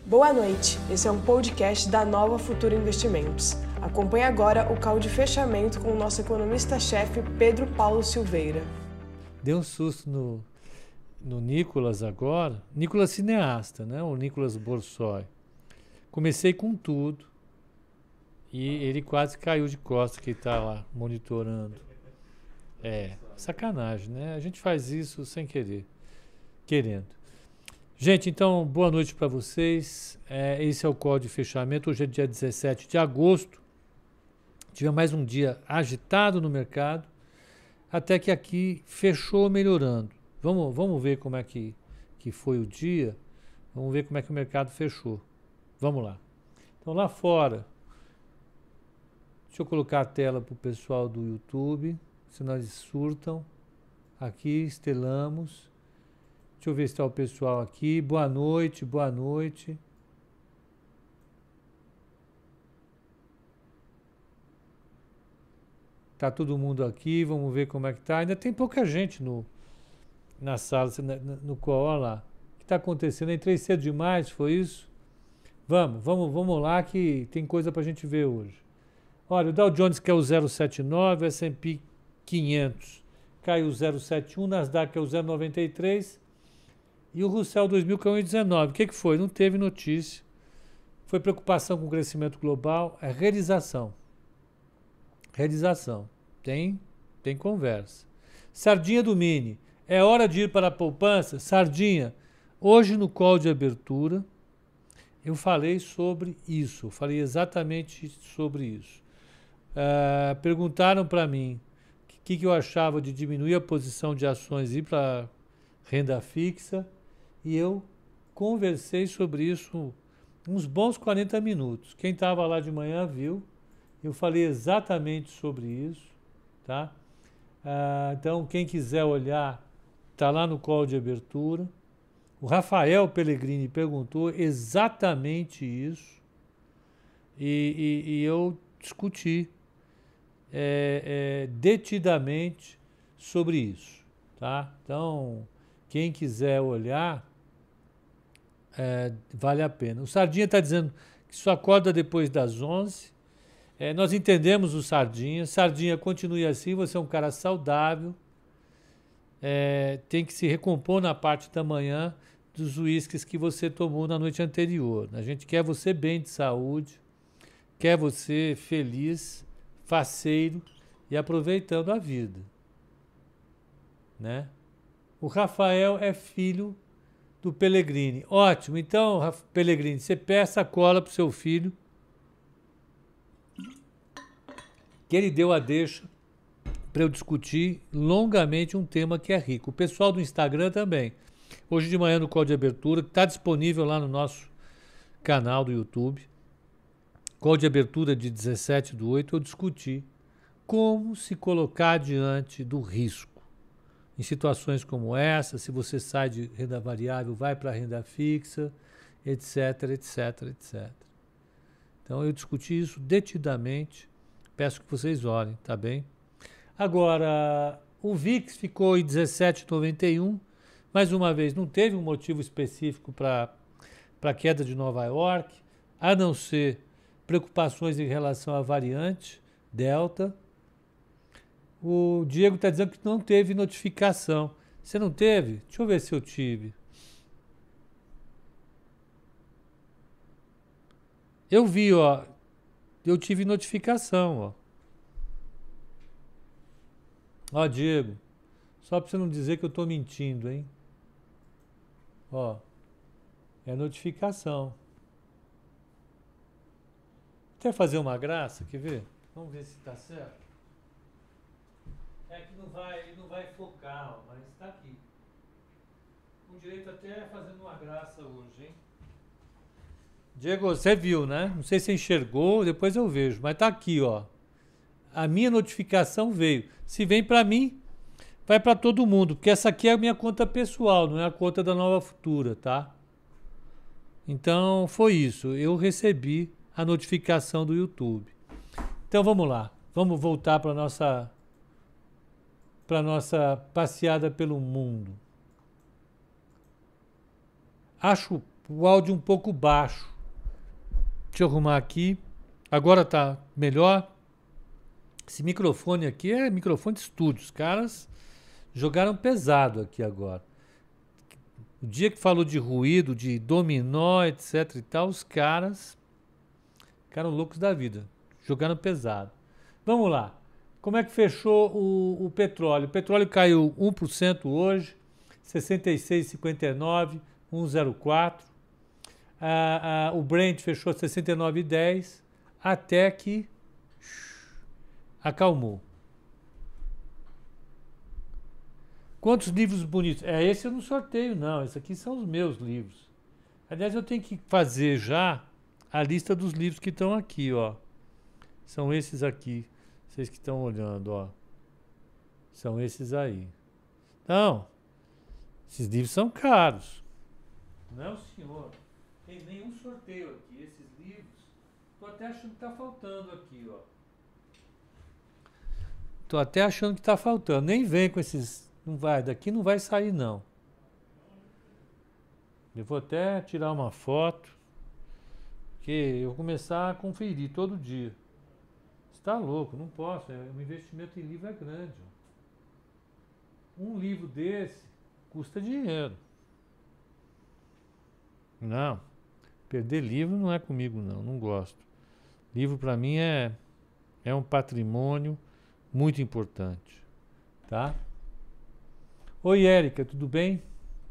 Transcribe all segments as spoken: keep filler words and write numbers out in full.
Boa noite, esse é um podcast da Nova Futura Investimentos. Acompanhe agora o call de fechamento com o nosso economista-chefe Pedro Paulo Silveira. Deu um susto no, no Nicolas agora, Nicolas cineasta, né? O Nicolas Borsoi. Comecei com tudo e ele quase caiu de costas que está lá monitorando. É, sacanagem, né? A gente faz isso sem querer, querendo. Gente, então, boa noite para vocês. É, esse é o call de fechamento. Hoje é dia dezessete de agosto. Tive mais um dia agitado no mercado, até que aqui fechou melhorando. Vamos, vamos ver como é que, que foi o dia. Vamos ver como é que o mercado fechou. Vamos lá. Então, lá fora, deixa eu colocar a tela para o pessoal do YouTube, senão eles surtam. Aqui, estelamos. Deixa eu ver se está o pessoal aqui. Boa noite, boa noite. Tá todo mundo aqui, vamos ver como é que tá. Ainda tem pouca gente no, na sala, no call, olha lá. O que está acontecendo? Entrei cedo demais, foi isso? Vamos, vamos, vamos lá que tem coisa para a gente ver hoje. Olha, o Dow Jones que é o zero vírgula setenta e nove, o S and P quinhentos caiu o zero vírgula setenta e um, Nasdaq é o zero vírgula noventa e três e o Russell dois mil caiu em dezenove. O que, que foi? Não teve notícia. Foi preocupação com o crescimento global, é realização. Realização. Tem, tem conversa. Sardinha do Mini. É hora de ir para a poupança? Sardinha, hoje no call de abertura, eu falei sobre isso. Falei exatamente sobre isso. Uh, perguntaram para mim o que, que eu achava de diminuir a posição de ações e ir para renda fixa. E eu conversei sobre isso uns bons quarenta minutos. Quem estava lá de manhã viu. Eu falei exatamente sobre isso, tá? Ah, então, quem quiser olhar, está lá no call de abertura. O Rafael Pellegrini perguntou exatamente isso e, e, e eu discuti é, é, detidamente sobre isso, tá? Então, quem quiser olhar, é, vale a pena. O Sardinha está dizendo que só acorda depois das onze. É, nós entendemos o Sardinha. Sardinha, continue assim, você é um cara saudável. É, tem que se recompor na parte da manhã dos uísques que você tomou na noite anterior. A gente quer você bem de saúde, quer você feliz, faceiro e aproveitando a vida. Né? O Rafael é filho do Pellegrini. Ótimo. Então, Pellegrini, você peça a cola para o seu filho, que ele deu a deixa para eu discutir longamente um tema que é rico. O pessoal do Instagram também. Hoje de manhã no call de abertura, que está disponível lá no nosso canal do YouTube, call de abertura de dezessete do oito, eu discuti como se colocar diante do risco. Em situações como essa, se você sai de renda variável, vai para a renda fixa, etc, etc, etcétera. Então eu discuti isso detidamente. Peço que vocês olhem, tá bem? Agora, o V I X ficou em dezessete vírgula noventa e um. Mais uma vez, não teve um motivo específico para a queda de Nova York, a não ser preocupações em relação à variante Delta. O Diego está dizendo que não teve notificação. Você não teve? Deixa eu ver se eu tive. Eu vi, ó. Eu tive notificação, ó. Ó, Diego, só para você não dizer que eu estou mentindo, hein? Ó, é notificação. Quer fazer uma graça? Quer ver? Vamos ver se está certo. É que não vai, ele não vai focar, ó, mas está aqui. Com direito até fazendo uma graça hoje, hein? Diego, você viu, né? Não sei se você enxergou, depois eu vejo, mas tá aqui, ó. A minha notificação veio. Se vem para mim, vai para todo mundo, porque essa aqui é a minha conta pessoal, não é a conta da Nova Futura, tá? Então, foi isso. Eu recebi a notificação do YouTube. Então, vamos lá. Vamos voltar para nossa para nossa passeada pelo mundo. Acho o áudio um pouco baixo. Deixa eu arrumar aqui. Agora tá melhor. Esse microfone aqui é microfone de estúdio. Os caras jogaram pesado aqui agora. O dia que falou de ruído, de dominó, etc e tal, os caras ficaram loucos da vida. Jogaram pesado. Vamos lá. Como é que fechou o, o petróleo? O petróleo caiu um por cento hoje, sessenta e seis vírgula cinquenta e nove, um vírgula zero quatro. Ah, ah, o Brent fechou sessenta e nove vírgula dez, até que acalmou. Quantos livros bonitos? É, esse eu não sorteio, não. Esses aqui são os meus livros. Aliás, eu tenho que fazer já a lista dos livros que estão aqui, ó. São esses aqui. Vocês que estão olhando, ó. São esses aí. Então, esses livros são caros. Não, senhor. Tem nenhum sorteio aqui. Esses livros, tô até achando que tá faltando aqui, ó. Tô até achando que tá faltando. Nem vem com esses... Não vai, daqui não vai sair, não. Eu vou até tirar uma foto, porque eu vou começar a conferir todo dia. Você tá louco, não posso. O investimento em livro é grande. Ó. Um livro desse custa dinheiro. Não. Perder livro não é comigo, não. Não gosto. Livro, para mim, é, é um patrimônio muito importante. Tá? Oi, Érica, tudo bem?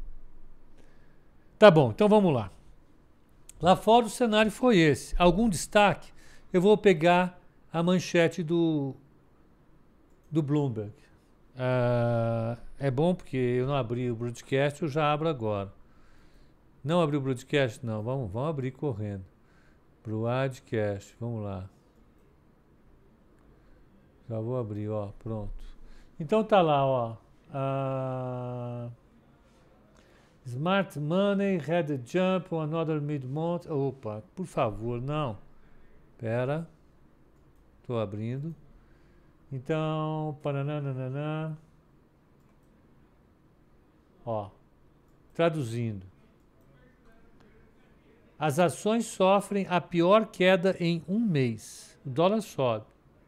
Tá bom, então vamos lá. Lá fora o cenário foi esse. Algum destaque? Eu vou pegar a manchete do, do Bloomberg. Ah, é bom porque eu não abri o broadcast, eu já abro agora. Não abri o broadcast? Não, vamos, vamos abrir correndo. Broadcast, vamos lá. Já vou abrir, ó, pronto. Então tá lá, ó. Uh, Smart Money had a jump on another mid-month. Opa, por favor, não. Pera. Tô abrindo. Então, parananana. Ó, traduzindo. As ações sofrem a pior queda em um mês. O dólar sobe.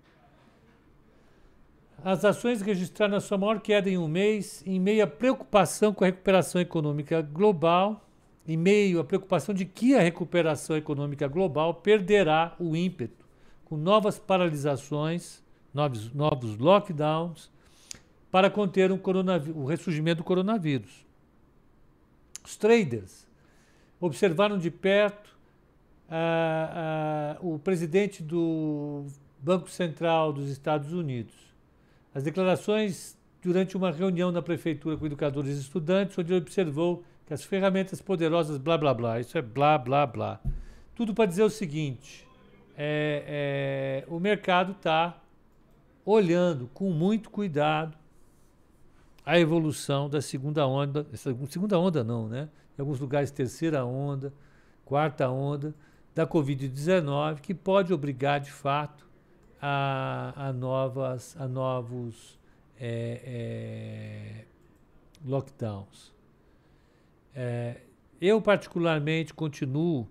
As ações registraram a sua maior queda em um mês, em meio à preocupação com a recuperação econômica global, em meio à preocupação de que a recuperação econômica global perderá o ímpeto, com novas paralisações, novos, novos lockdowns, para conter um o ressurgimento do coronavírus. Os traders observaram de perto ah, ah, o presidente do Banco Central dos Estados Unidos. As declarações durante uma reunião na prefeitura com educadores e estudantes, onde ele observou que as ferramentas poderosas, blá, blá, blá, isso é blá, blá, blá. Tudo para dizer o seguinte, é, é, o mercado está olhando com muito cuidado a evolução da segunda onda, segunda onda não, né? Em alguns lugares terceira onda, quarta onda da covid dezenove, que pode obrigar de fato A, a, novas, a novos é, é, lockdowns. É, eu, particularmente, continuo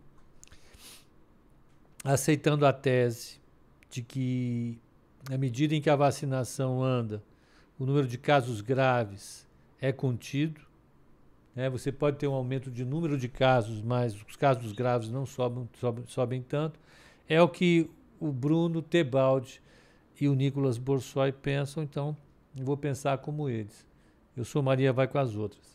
aceitando a tese de que, na medida em que a vacinação anda, o número de casos graves é contido. Né? Você pode ter um aumento de número de casos, mas os casos graves não sobem, sobem, sobem tanto. É o que o Bruno Tebaldi e o Nicolas Borsoi pensam, então eu vou pensar como eles. Eu sou Maria, vai com as outras.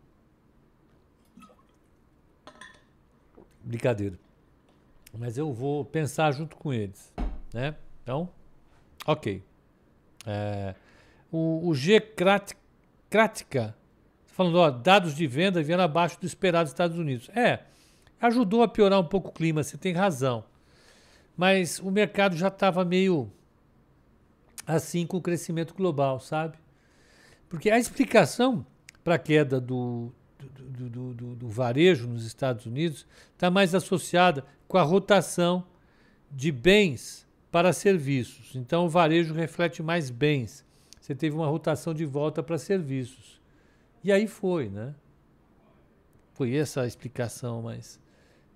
Brincadeira. Mas eu vou pensar junto com eles. Né? Então, ok. É, o, o G. Kratka, falando, ó, dados de venda vieram abaixo do esperado dos Estados Unidos. É, ajudou a piorar um pouco o clima, você tem razão. Mas o mercado já estava meio assim com o crescimento global, sabe? Porque a explicação para a queda do, do, do, do, do varejo nos Estados Unidos está mais associada com a rotação de bens para serviços. Então o varejo reflete mais bens. Você teve uma rotação de volta para serviços. E aí foi, né? Foi essa a explicação mais,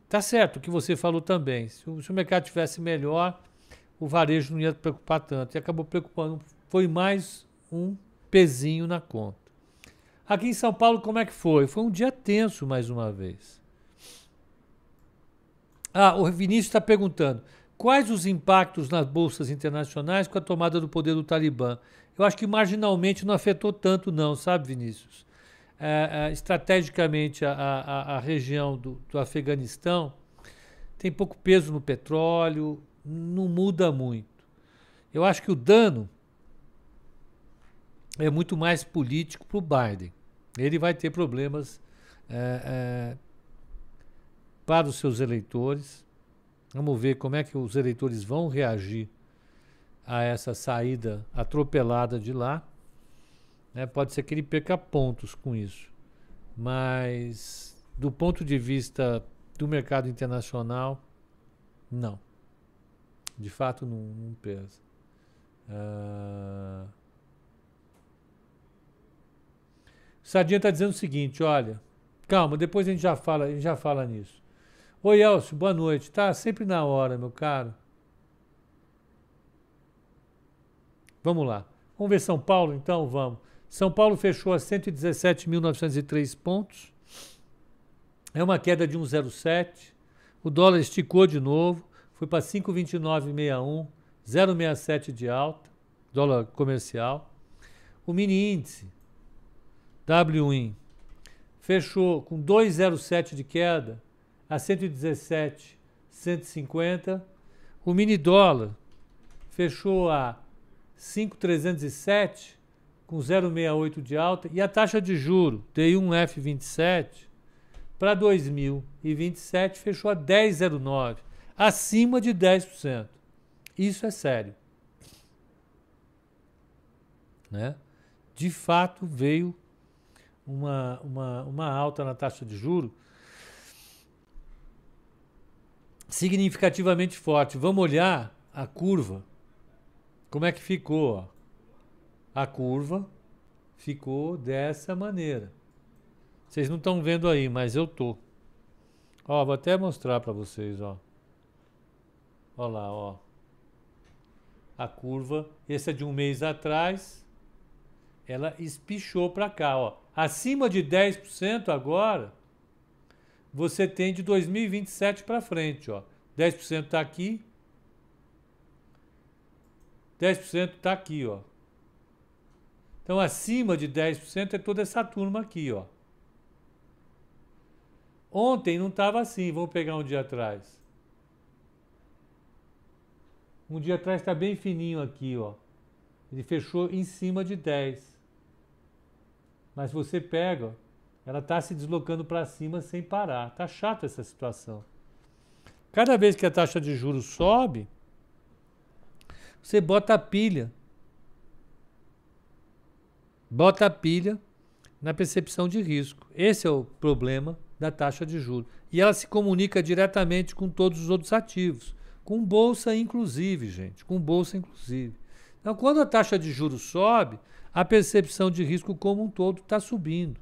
tá certo o que você falou também. Se o, se o mercado tivesse melhor, o varejo não ia preocupar tanto. E acabou preocupando. Foi mais um pezinho na conta. Aqui em São Paulo, como é que foi? Foi um dia tenso, mais uma vez. Ah, o Vinícius está perguntando, quais os impactos nas bolsas internacionais com a tomada do poder do Talibã? Eu acho que marginalmente não afetou tanto não, sabe, Vinícius? É, é, estrategicamente, a, a, a região do, do Afeganistão tem pouco peso no petróleo, não muda muito. Eu acho que o dano é muito mais político para o Biden. Ele vai ter problemas é, é, para os seus eleitores. Vamos ver como é que os eleitores vão reagir a essa saída atropelada de lá. É, pode ser que ele perca pontos com isso. Mas, do ponto de vista do mercado internacional, não. De fato, não, não pesa. Uh... Sardinha está dizendo o seguinte, olha, calma, depois a gente já fala, a gente já fala nisso. Oi, Elcio, boa noite. Tá sempre na hora, meu caro. Vamos lá. Vamos ver São Paulo, então? Vamos. São Paulo fechou a cento e dezessete mil novecentos e três pontos. É uma queda de um vírgula zero sete. O dólar esticou de novo. Foi para cinco vírgula vinte e nove sessenta e um. zero vírgula sessenta e sete de alta. Dólar comercial. O mini índice W I N fechou com dois vírgula zero sete de queda a cento e dezessete mil cento e cinquenta. O mini dólar fechou a cinco mil trezentos e sete com zero vírgula sessenta e oito de alta. E a taxa de juro T um F vinte e sete para dois mil e vinte e sete fechou a dez vírgula zero nove, acima de dez por cento. Isso é sério. Né? De fato, veio uma, uma, uma alta na taxa de juro significativamente forte. Vamos olhar a curva. Como é que ficou? Ó? A curva ficou dessa maneira. Vocês não estão vendo aí, mas eu tô. Ó, vou até mostrar para vocês, ó. Ó lá, ó. A curva, esse é de um mês atrás, ela espichou para cá, ó. Acima de dez por cento agora, você tem de dois mil e vinte e sete para frente, ó. dez por cento está aqui. dez por cento está aqui, ó. Então, acima de dez por cento é toda essa turma aqui, ó. Ontem não estava assim, vamos pegar um dia atrás. Um dia atrás está bem fininho aqui, ó. Ele fechou em cima de dez. Mas você pega, ó, ela está se deslocando para cima sem parar. Tá chato essa situação. Cada vez que a taxa de juros sobe, você bota a pilha. Bota a pilha na percepção de risco. Esse é o problema da taxa de juros. E ela se comunica diretamente com todos os outros ativos. Com bolsa inclusive, gente. Com bolsa inclusive. Então, quando a taxa de juros sobe, a percepção de risco como um todo está subindo.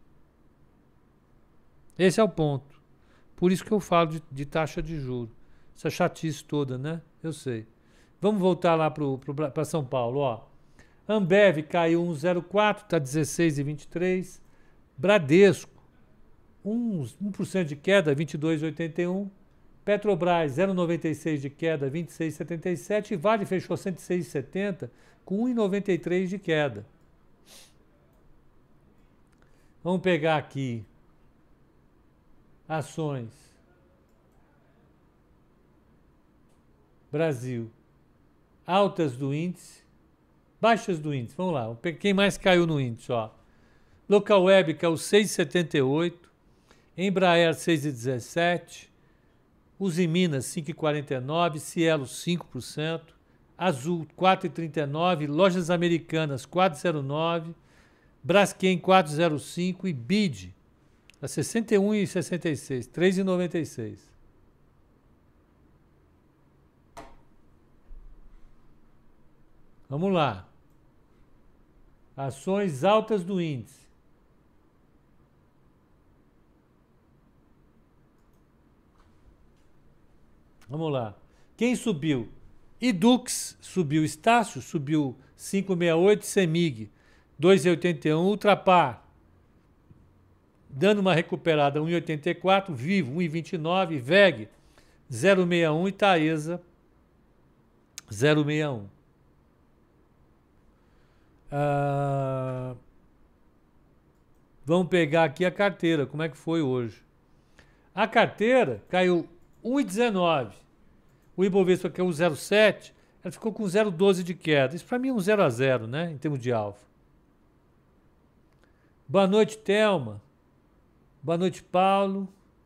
Esse é o ponto. Por isso que eu falo de, de taxa de juros. Essa chatice toda, né? Eu sei. Vamos voltar lá para São Paulo. Ó. Ambev caiu um vírgula zero quatro, está dezesseis vírgula vinte e três. Bradesco, um por cento de queda, vinte e dois vírgula oitenta e um. Petrobras, zero vírgula noventa e seis de queda, vinte e seis vírgula setenta e sete. E Vale fechou cento e seis vírgula setenta com um vírgula noventa e três de queda. Vamos pegar aqui ações. Brasil. Altas do índice. Baixas do índice. Vamos lá. Quem mais caiu no índice? Ó. Local Web caiu seis vírgula setenta e oito. Embraer seis vírgula dezessete. Usiminas cinco vírgula quarenta e nove. Cielo cinco por cento. Azul quatro vírgula trinta e nove. Lojas Americanas quatro vírgula zero nove. Braskem quatro vírgula zero cinco. E B I D a sessenta e um vírgula sessenta e seis. três vírgula noventa e seis. Vamos lá. Ações altas do índice. Vamos lá. Quem subiu? Edux subiu, Estácio subiu cinco vírgula sessenta e oito, Semig dois vírgula oitenta e um, Ultrapar dando uma recuperada um vírgula oitenta e quatro, Vivo um vírgula vinte e nove, V E G zero vírgula sessenta e um e Taesa zero vírgula sessenta e um. Ah, vamos pegar aqui a carteira, como é que foi hoje? A carteira caiu um vírgula dezenove, o Ibovespa caiu zero vírgula sete, ela ficou com zero vírgula doze de queda. Isso para mim é um zero a zero, né, em termos de alfa. Boa noite, Thelma. Boa noite, Paulo.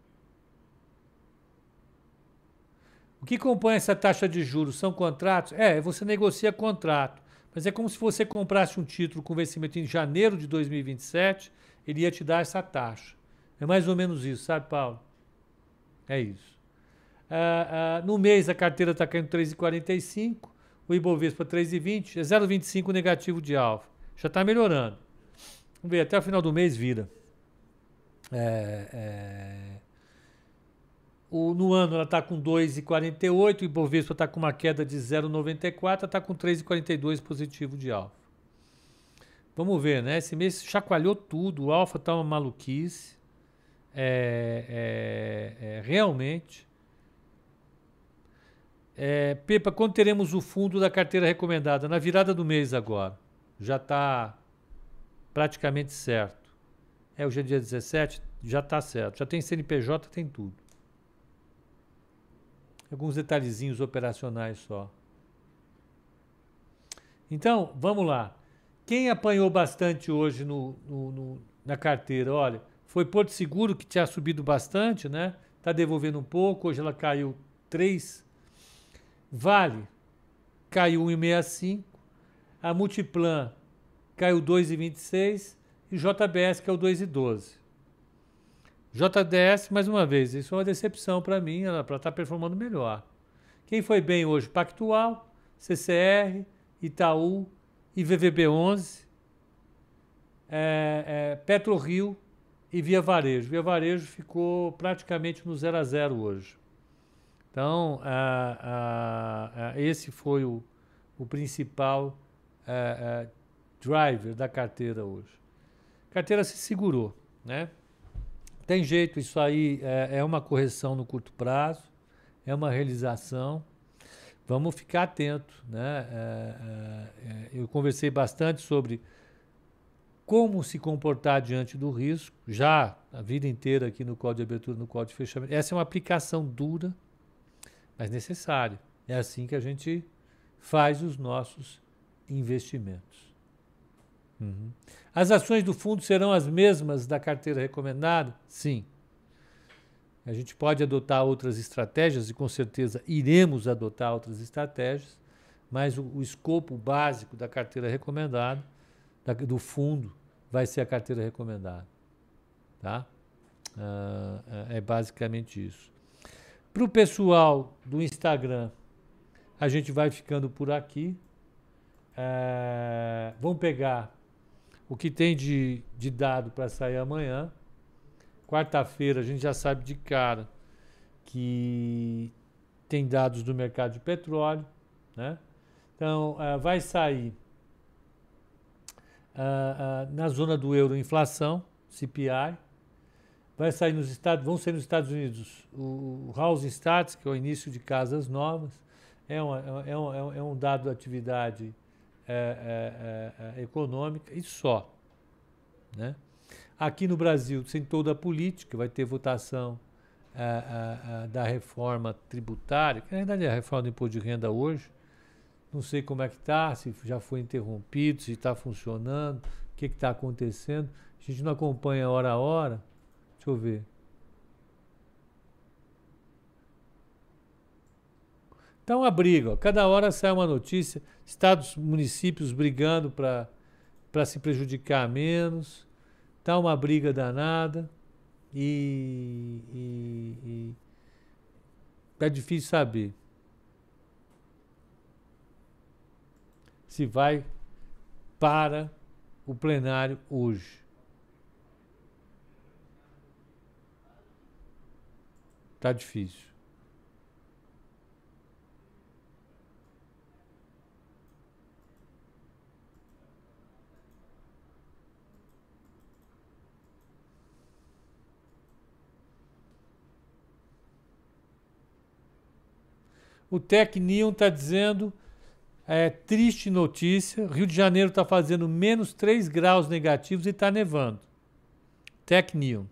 O que compõe essa taxa de juros? São contratos? É, você negocia contrato. Mas é como se você comprasse um título com vencimento em janeiro de dois mil e vinte e sete, ele ia te dar essa taxa. É mais ou menos isso, sabe, Paulo? É isso. Ah, ah, no mês a carteira está caindo três vírgula quarenta e cinco, o Ibovespa três vírgula vinte, é zero vírgula vinte e cinco negativo de alfa. Já está melhorando. Vamos ver, até o final do mês vira. É, é... O, no ano ela está com dois vírgula quarenta e oito, o Ibovespa está com uma queda de zero vírgula noventa e quatro, está com três vírgula quarenta e dois positivo de alfa. Vamos ver, né? Esse mês chacoalhou tudo, o alfa está uma maluquice. É, é, é, realmente. É, Pepa, quando teremos o fundo da carteira recomendada? Na virada do mês agora. Já está praticamente certo. É hoje é dia dezessete, já está certo. Já tem C N P J, tem tudo. Alguns detalhezinhos operacionais só. Então, vamos lá. Quem apanhou bastante hoje no, no, no, na carteira? Olha, foi Porto Seguro, que tinha subido bastante, né? Está devolvendo um pouco, hoje ela caiu três. Vale caiu um vírgula sessenta e cinco. A Multiplan caiu dois vírgula vinte e seis. E J B S caiu dois vírgula doze. J D S, mais uma vez, isso é uma decepção para mim, ela para estar performando melhor. Quem foi bem hoje? Pactual, C C R, Itaú e V V B onze, é, é, PetroRio e Via Varejo. Via Varejo ficou praticamente no zero a zero hoje. Então, a, a, a, esse foi o, o principal a, a, driver da carteira hoje. A carteira se segurou, né? Tem jeito, isso aí é, é uma correção no curto prazo, é uma realização. Vamos ficar atento, né? É, é, eu conversei bastante sobre como se comportar diante do risco, já a vida inteira aqui no código de abertura, no código de fechamento. Essa é uma aplicação dura, mas necessária. É assim que a gente faz os nossos investimentos. Uhum. As ações do fundo serão as mesmas da carteira recomendada? Sim. A gente pode adotar outras estratégias e com certeza iremos adotar outras estratégias, mas o, o escopo básico da carteira recomendada, da, do fundo, vai ser a carteira recomendada. Tá? Ah, é basicamente isso. Para o pessoal do Instagram, a gente vai ficando por aqui. É, vamos pegar o que tem de, de dado para sair amanhã. Quarta-feira a gente já sabe de cara que tem dados do mercado de petróleo, né? Então, uh, vai sair uh, uh, na zona do euro inflação, C P I. Vai sair nos Estados, vão sair nos Estados Unidos o, o Housing Stats, que é o início de casas novas. É, uma, é, um, é um dado de atividade É, é, é, econômica e só, né? Aqui no Brasil tem toda a política, vai ter votação é, é, é, da reforma tributária, que na verdade é a reforma do imposto de renda hoje. Não sei como é que está, se já foi interrompido, se está funcionando, o que está acontecendo. A gente não acompanha hora a hora. Deixa eu ver. Então, uma briga, ó. Cada hora sai uma notícia, estados, municípios brigando para para se prejudicar menos, tá uma briga danada e, e, e é difícil saber se vai para o plenário hoje. Tá difícil. O Tecnium está dizendo, é, triste notícia, Rio de Janeiro está fazendo menos três graus negativos e está nevando. Tecnium.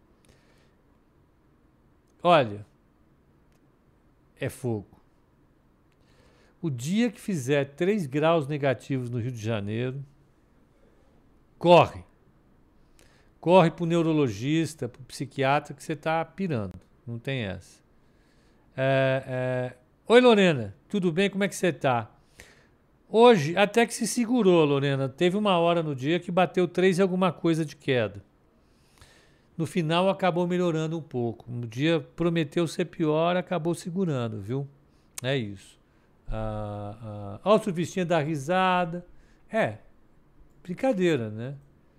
Olha, é fogo. O dia que fizer três graus negativos no Rio de Janeiro, corre. Corre para o neurologista, para o psiquiatra, que você está pirando. Não tem essa. É, é... Oi, Lorena. Tudo bem? Como é que você está? Hoje, até que se segurou, Lorena. Teve uma hora no dia que bateu três e alguma coisa de queda. No final, acabou melhorando um pouco. No dia prometeu ser pior, acabou segurando, viu? É isso. Ah, ah, ó, o surfistinha dá risada. É, brincadeira, né?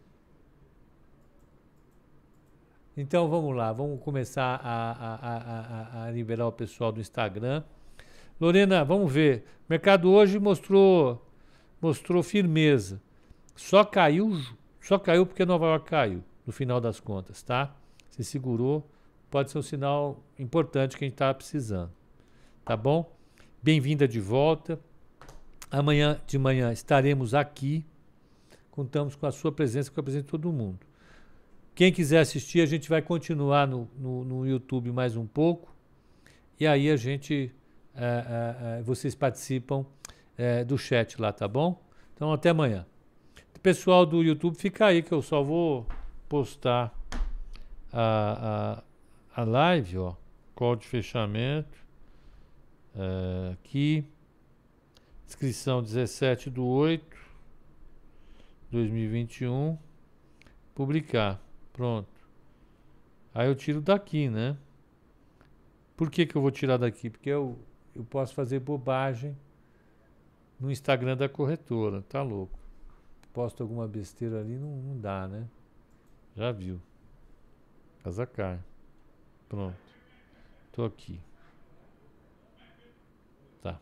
Então vamos lá, vamos começar a, a, a, a, a liberar o pessoal do Instagram. Lorena, vamos ver. O mercado hoje mostrou, mostrou firmeza. Só caiu, só caiu porque Nova York caiu, no final das contas, tá? Se segurou, pode ser um sinal importante que a gente está precisando. Tá bom? Bem-vinda de volta. Amanhã de manhã estaremos aqui. Contamos com a sua presença, com a presença de todo mundo. Quem quiser assistir, a gente vai continuar no, no, no YouTube mais um pouco. E aí a gente, é, é, é, vocês participam é, do chat lá, tá bom? Então até amanhã. Pessoal do YouTube, fica aí que eu só vou postar a, a, a live, ó. Call de fechamento. É, aqui. Inscrição dezessete de oito de dois mil e vinte e um. Publicar. Pronto. Aí eu tiro daqui, né? Por que que eu vou tirar daqui? Porque eu, eu posso fazer bobagem no Instagram da corretora. Tá louco. Posto alguma besteira ali, não, não dá, né? Já viu. Casa cai. Pronto. Tô aqui. Tá.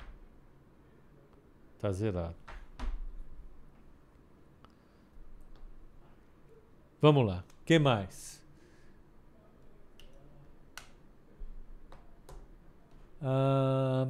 Tá zerado. Vamos lá. O que mais? Ah,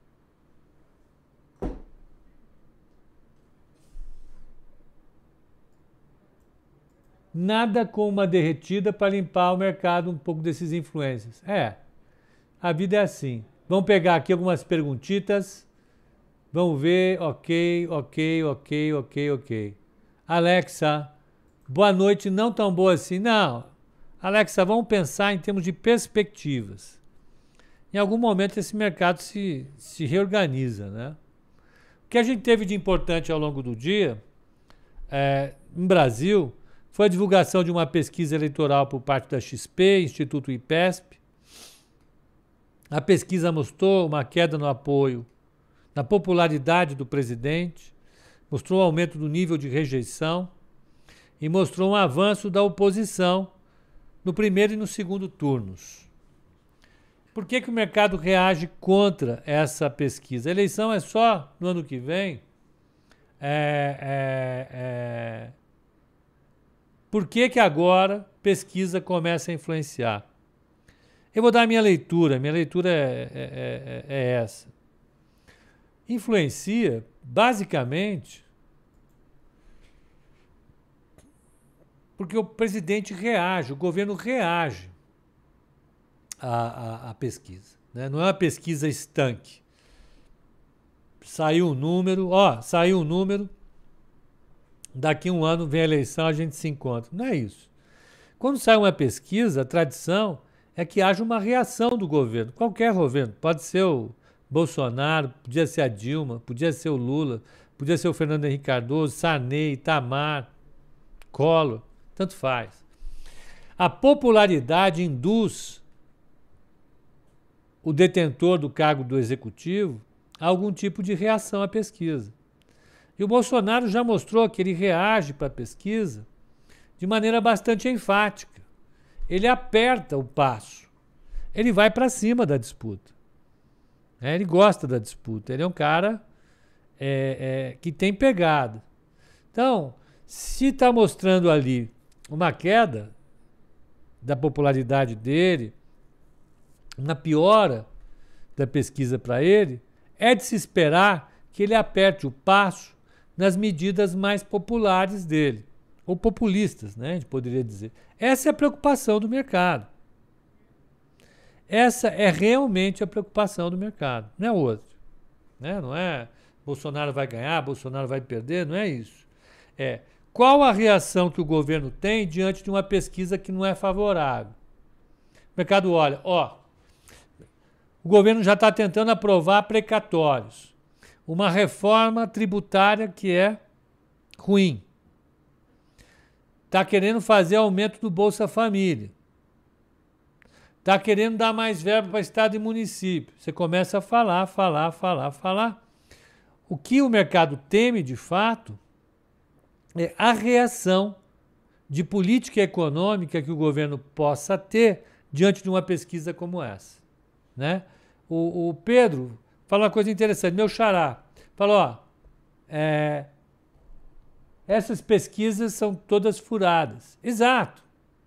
nada com uma derretida para limpar o mercado um pouco desses influencers. É, a vida é assim. Vamos pegar aqui algumas perguntitas. Vamos ver. Ok, ok, ok, ok, ok. Alexa, boa noite, não tão boa assim. Não. Alexa, vamos pensar em termos de perspectivas. Em algum momento esse mercado se, se reorganiza, né? O que a gente teve de importante ao longo do dia, é, em Brasil, foi a divulgação de uma pesquisa eleitoral por parte da X P, Instituto IPESP. A pesquisa mostrou uma queda no apoio, na popularidade do presidente, mostrou um aumento do nível de rejeição e mostrou um avanço da oposição no primeiro e no segundo turnos. Por que que o mercado reage contra essa pesquisa? A eleição é só no ano que vem. É, é, é... Por que que agora pesquisa começa a influenciar? Eu vou dar a minha leitura. Minha leitura é, é, é, é essa. Influencia, basicamente, porque o presidente reage, o governo reage à, à, à pesquisa, né? Não é uma pesquisa estanque. Saiu um número, ó, saiu um número, daqui a um ano vem a eleição, a gente se encontra. Não é isso. Quando sai uma pesquisa, a tradição é que haja uma reação do governo, qualquer governo, pode ser o Bolsonaro, podia ser a Dilma, podia ser o Lula, podia ser o Fernando Henrique Cardoso, Sarney, Itamar, Collor, tanto faz. A popularidade induz o detentor do cargo do executivo a algum tipo de reação à pesquisa. E o Bolsonaro já mostrou que ele reage para a pesquisa de maneira bastante enfática. Ele aperta o passo. Ele vai para cima da disputa. É, ele gosta da disputa. Ele é um cara é, é, que tem pegada. Então, se está mostrando ali uma queda da popularidade dele, uma piora, da pesquisa para ele, é de se esperar que ele aperte o passo nas medidas mais populares dele, ou populistas, né, a gente poderia dizer. Essa é a preocupação do mercado. Essa é realmente a preocupação do mercado, não é outra. Né? Não é Bolsonaro vai ganhar, Bolsonaro vai perder, não é isso. É qual a reação que o governo tem diante de uma pesquisa que não é favorável. O mercado olha, ó, o governo já está tentando aprovar precatórios, uma reforma tributária que é ruim. Está querendo fazer aumento do Bolsa Família. Está querendo dar mais verba para Estado e município. Você começa a falar, falar, falar, falar. O que o mercado teme, de fato, é a reação de política econômica que o governo possa ter diante de uma pesquisa como essa. Né? O, o Pedro falou uma coisa interessante, meu xará. Falou, ó, é, essas pesquisas são todas furadas. Exato.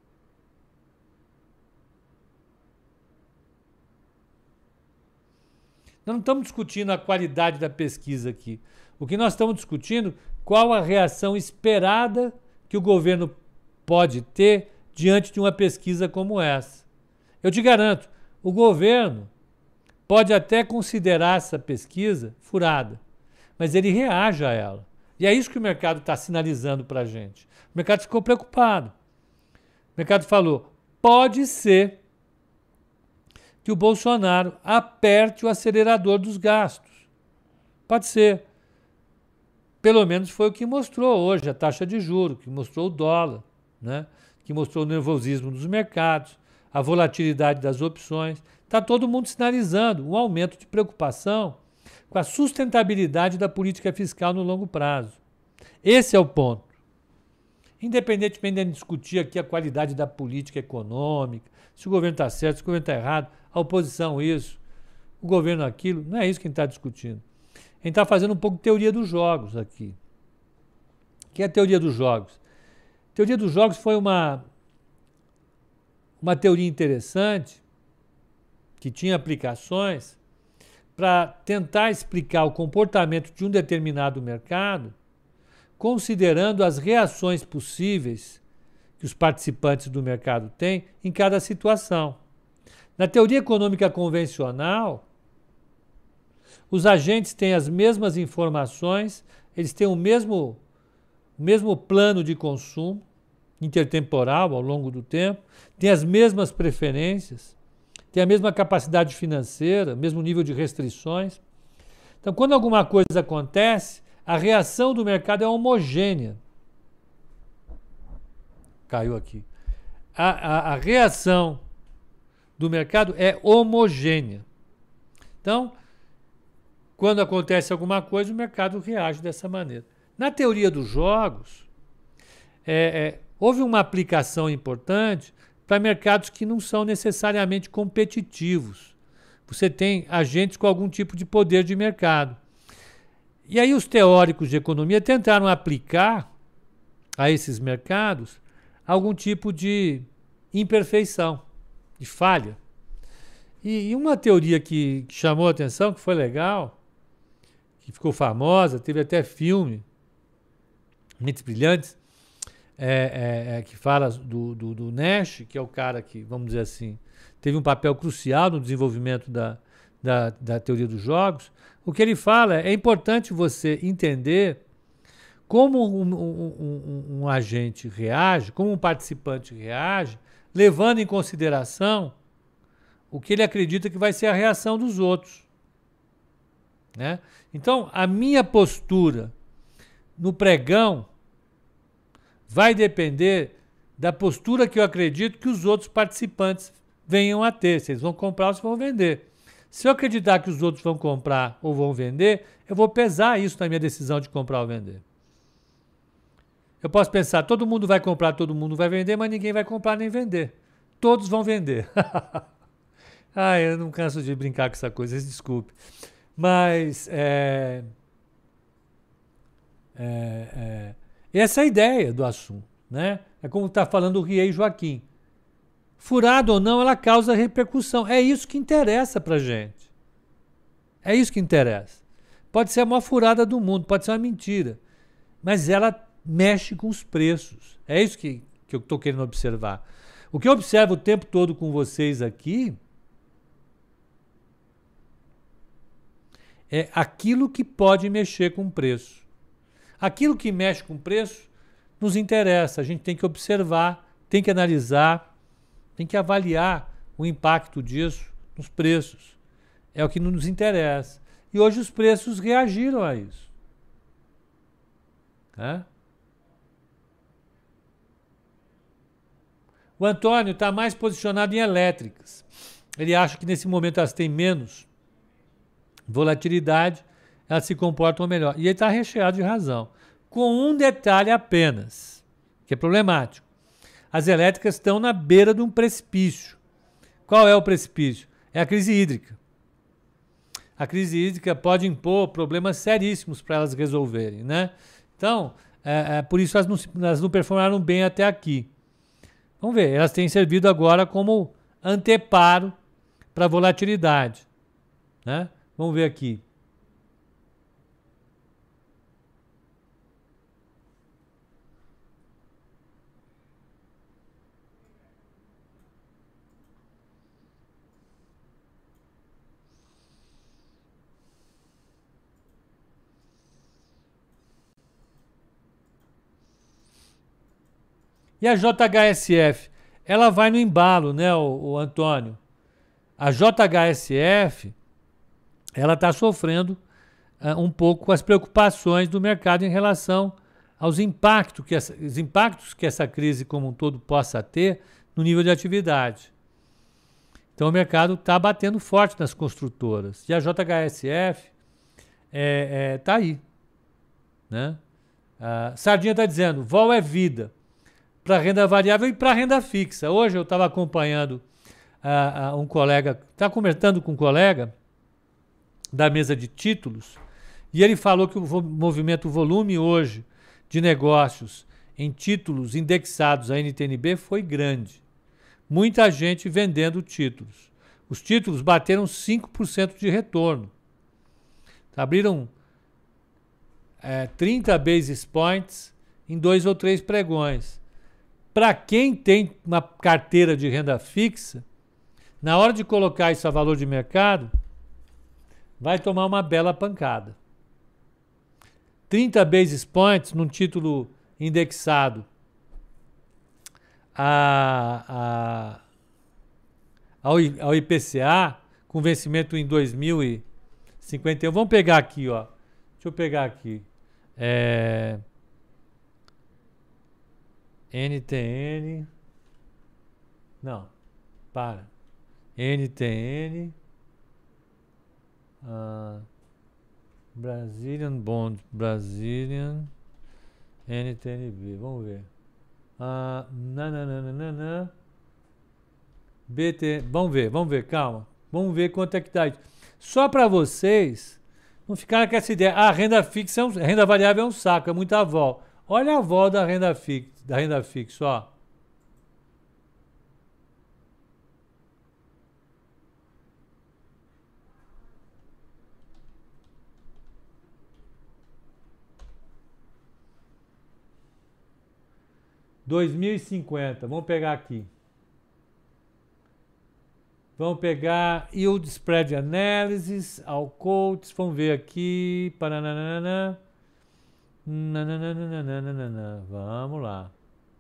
Nós não estamos discutindo a qualidade da pesquisa aqui. O que nós estamos discutindo, qual a reação esperada que o governo pode ter diante de uma pesquisa como essa. Eu te garanto, o governo pode até considerar essa pesquisa furada, mas ele reage a ela. E é isso que o mercado está sinalizando para a gente. O mercado ficou preocupado. O mercado falou, pode ser que o Bolsonaro aperte o acelerador dos gastos. Pode ser. Pelo menos foi o que mostrou hoje a taxa de juros, que mostrou o dólar, né? Que mostrou o nervosismo dos mercados, a volatilidade das opções. Está todo mundo sinalizando um aumento de preocupação com a sustentabilidade da política fiscal no longo prazo. Esse é o ponto. Independentemente de discutir aqui a qualidade da política econômica, se o governo está certo, se o governo está errado, a oposição isso, o governo aquilo, não é isso que a gente está discutindo. A gente está fazendo um pouco de teoria dos jogos aqui. O que é a teoria dos jogos? A teoria dos jogos foi uma, uma teoria interessante que tinha aplicações para tentar explicar o comportamento de um determinado mercado, considerando as reações possíveis que os participantes do mercado têm em cada situação. Na teoria econômica convencional, os agentes têm as mesmas informações, eles têm o mesmo, o mesmo plano de consumo intertemporal ao longo do tempo, têm as mesmas preferências, têm a mesma capacidade financeira, mesmo nível de restrições. Então, quando alguma coisa acontece, a reação do mercado é homogênea. Caiu aqui. A, a, a reação do mercado é homogênea. Então, quando acontece alguma coisa, o mercado reage dessa maneira. Na teoria dos jogos, é, é, houve uma aplicação importante para mercados que não são necessariamente competitivos. Você tem agentes com algum tipo de poder de mercado. E aí os teóricos de economia tentaram aplicar a esses mercados algum tipo de imperfeição, de falha. E, e uma teoria que, que chamou a atenção, que foi legal, que ficou famosa, teve até filme, Mentes Brilhantes, é, é, é, que fala do, do, do Nash, que é o cara que, vamos dizer assim, teve um papel crucial no desenvolvimento da, da, da teoria dos jogos. O que ele fala é, é importante você entender como um, um, um, um agente reage, como um participante reage, levando em consideração o que ele acredita que vai ser a reação dos outros. Né? Então, a minha postura no pregão vai depender da postura que eu acredito que os outros participantes venham a ter. Se eles vão comprar ou se vão vender. Se eu acreditar que os outros vão comprar ou vão vender, eu vou pesar isso na minha decisão de comprar ou vender. Eu posso pensar, todo mundo vai comprar, todo mundo vai vender, mas ninguém vai comprar nem vender. Todos vão vender. Ah, eu não canso de brincar com essa coisa, desculpe. Mas é, é, é, essa é a ideia do assunto. Né? É como está falando o Riei Joaquim. Furado ou não, ela causa repercussão. É isso que interessa para a gente. É isso que interessa. Pode ser a maior furada do mundo, pode ser uma mentira, mas ela mexe com os preços. É isso que, que eu estou querendo observar. O que eu observo o tempo todo com vocês aqui é aquilo que pode mexer com o preço. Aquilo que mexe com o preço nos interessa. A gente tem que observar, tem que analisar, tem que avaliar o impacto disso nos preços. É o que nos interessa. E hoje os preços reagiram a isso. Né? O Antônio está mais posicionado em elétricas. Ele acha que nesse momento elas têm menos volatilidade, elas se comportam melhor. E ele está recheado de razão. Com um detalhe apenas, que é problemático. As elétricas estão na beira de um precipício. Qual é o precipício? É a crise hídrica. A crise hídrica pode impor problemas seríssimos para elas resolverem, né? Então, é, é, por isso elas não, elas não performaram bem até aqui. Vamos ver, elas têm servido agora como anteparo para a volatilidade, né? Vamos ver aqui. E a J H S F? Ela vai no embalo, né, o, o Antônio? A J H S F, ela está sofrendo uh, um pouco com as preocupações do mercado em relação aos impactos que, essa, os impactos que essa crise como um todo possa ter no nível de atividade. Então o mercado está batendo forte nas construtoras. E a J H S F está é, é, tá aí. Né? A Sardinha está dizendo, vol é vida. Para renda variável e para renda fixa. Hoje eu estava acompanhando uh, uh, um colega, estava conversando com um colega da mesa de títulos, e ele falou que o vo- movimento volume hoje de negócios em títulos indexados à N T N B foi grande. Muita gente vendendo títulos. Os títulos bateram cinco por cento de retorno. Abriram é, trinta basis points em dois ou três pregões. Para quem tem uma carteira de renda fixa, na hora de colocar isso a valor de mercado, vai tomar uma bela pancada. trinta basis points num título indexado a, a, ao, ao I P C A, com vencimento em dois mil e cinquenta e um. Vamos pegar aqui, ó. Deixa eu pegar aqui. É... N T N. Não, para. N T N. Uh, Brazilian Bond. Brazilian. N T N B. Vamos ver. Uh, nananana. B T. Vamos ver, vamos ver, calma. Vamos ver quanto é que dá isso. Só para vocês não ficarem com essa ideia. Ah, renda fixa, é um, renda variável é um saco, é muita avó. Olha a avó da renda fixa, da renda fixa, ó. dois mil e cinquenta, vamos pegar aqui. Vamos pegar Yield Spread Analysis, All Quotes, vamos ver aqui. Paranana. Nananana, vamos lá.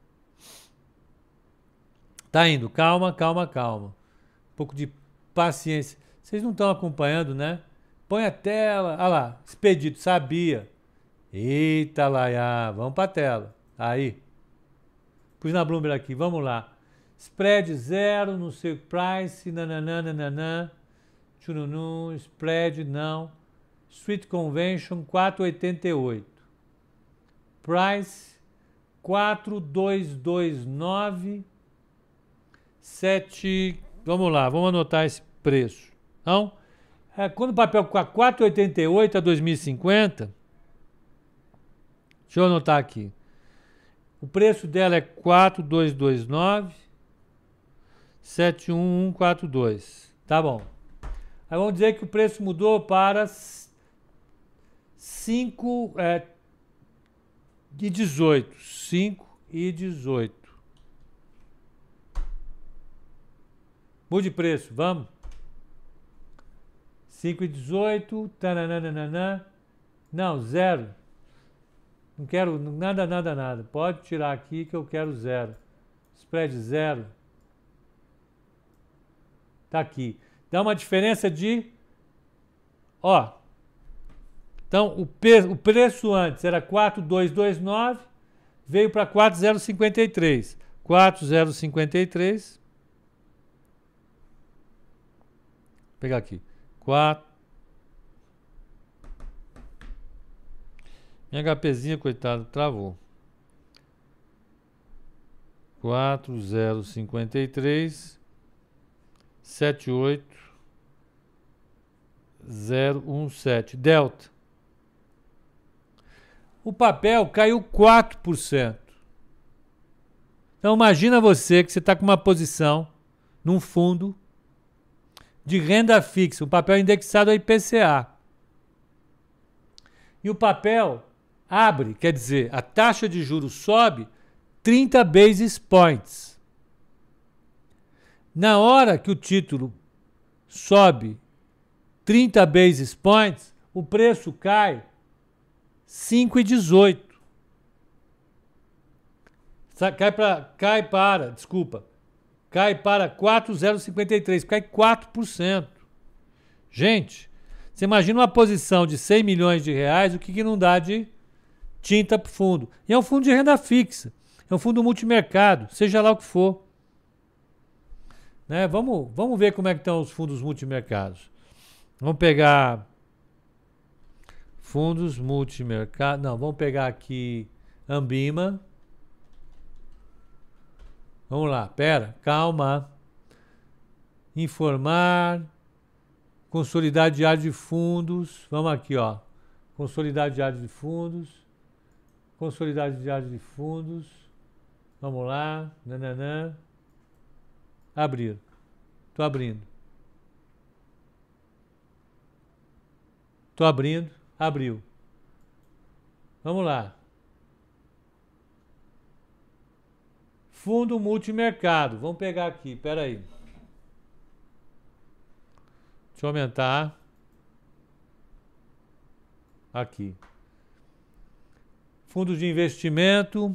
Tá indo, calma, calma, calma. Um pouco de paciência. Vocês não estão acompanhando, né? Põe a tela. Ah lá, expedito, sabia. Eita, lá, vamos para a tela. Aí. Pus na Bloomberg aqui, vamos lá. Spread zero, não sei, price, nananana, tchurunu, spread não. Street Convention quatro vírgula oitenta e oito. Price quatro mil duzentos e vinte e nove, sete, vamos lá, vamos anotar esse preço. Então, é, quando o papel ficar quatro vírgula oitenta e oito a dois mil e cinquenta, deixa eu anotar aqui. O preço dela é quatro mil duzentos e vinte e nove, sete mil cento e quatro e dois. Tá bom. Aí vamos dizer que o preço mudou para cinco é, e dezoito. cinco e dezoito. Mude preço, vamos. cinco e dezoito. Tananana. Não, zero. Não quero nada, nada, nada. Pode tirar aqui que eu quero zero. Spread zero. Tá aqui. Dá uma diferença de... Ó. Então, o, pe, o preço antes era quatro mil duzentos e vinte e nove, veio para quatro mil cinquenta e três. quatro mil cinquenta e três. Vou pegar aqui. quatro. Minha HPzinha, coitado, travou. quatro mil cinquenta e três, setenta e oito, zero um sete. Delta. O papel caiu quatro por cento. Então imagina você que você está com uma posição num fundo de renda fixa, um papel indexado ao I P C A. E o papel abre, quer dizer, a taxa de juros sobe trinta basis points. Na hora que o título sobe trinta basis points, o preço cai cinco e dezoito. Cai para, cai para, desculpa, cai para quatro mil cinquenta e três, cai quatro por cento. Gente, você imagina uma posição de cem milhões de reais, o que, que não dá de tinta para o fundo? E é um fundo de renda fixa, é um fundo multimercado, seja lá o que for. Né? Vamos, vamos ver como é que estão os fundos multimercados. Vamos pegar fundos multimercado. Não, vamos pegar aqui Ambima. Vamos lá, pera, calma. Informar. Consolidar diário de fundos. Vamos aqui, ó. Consolidar diário de fundos. Consolidar diário de fundos. Vamos lá. Nananã. Abrir. Tô abrindo. Tô abrindo. Abriu. Vamos lá. Fundo multimercado. Vamos pegar aqui. Pera aí. Deixa eu aumentar. Aqui. Fundos de investimento.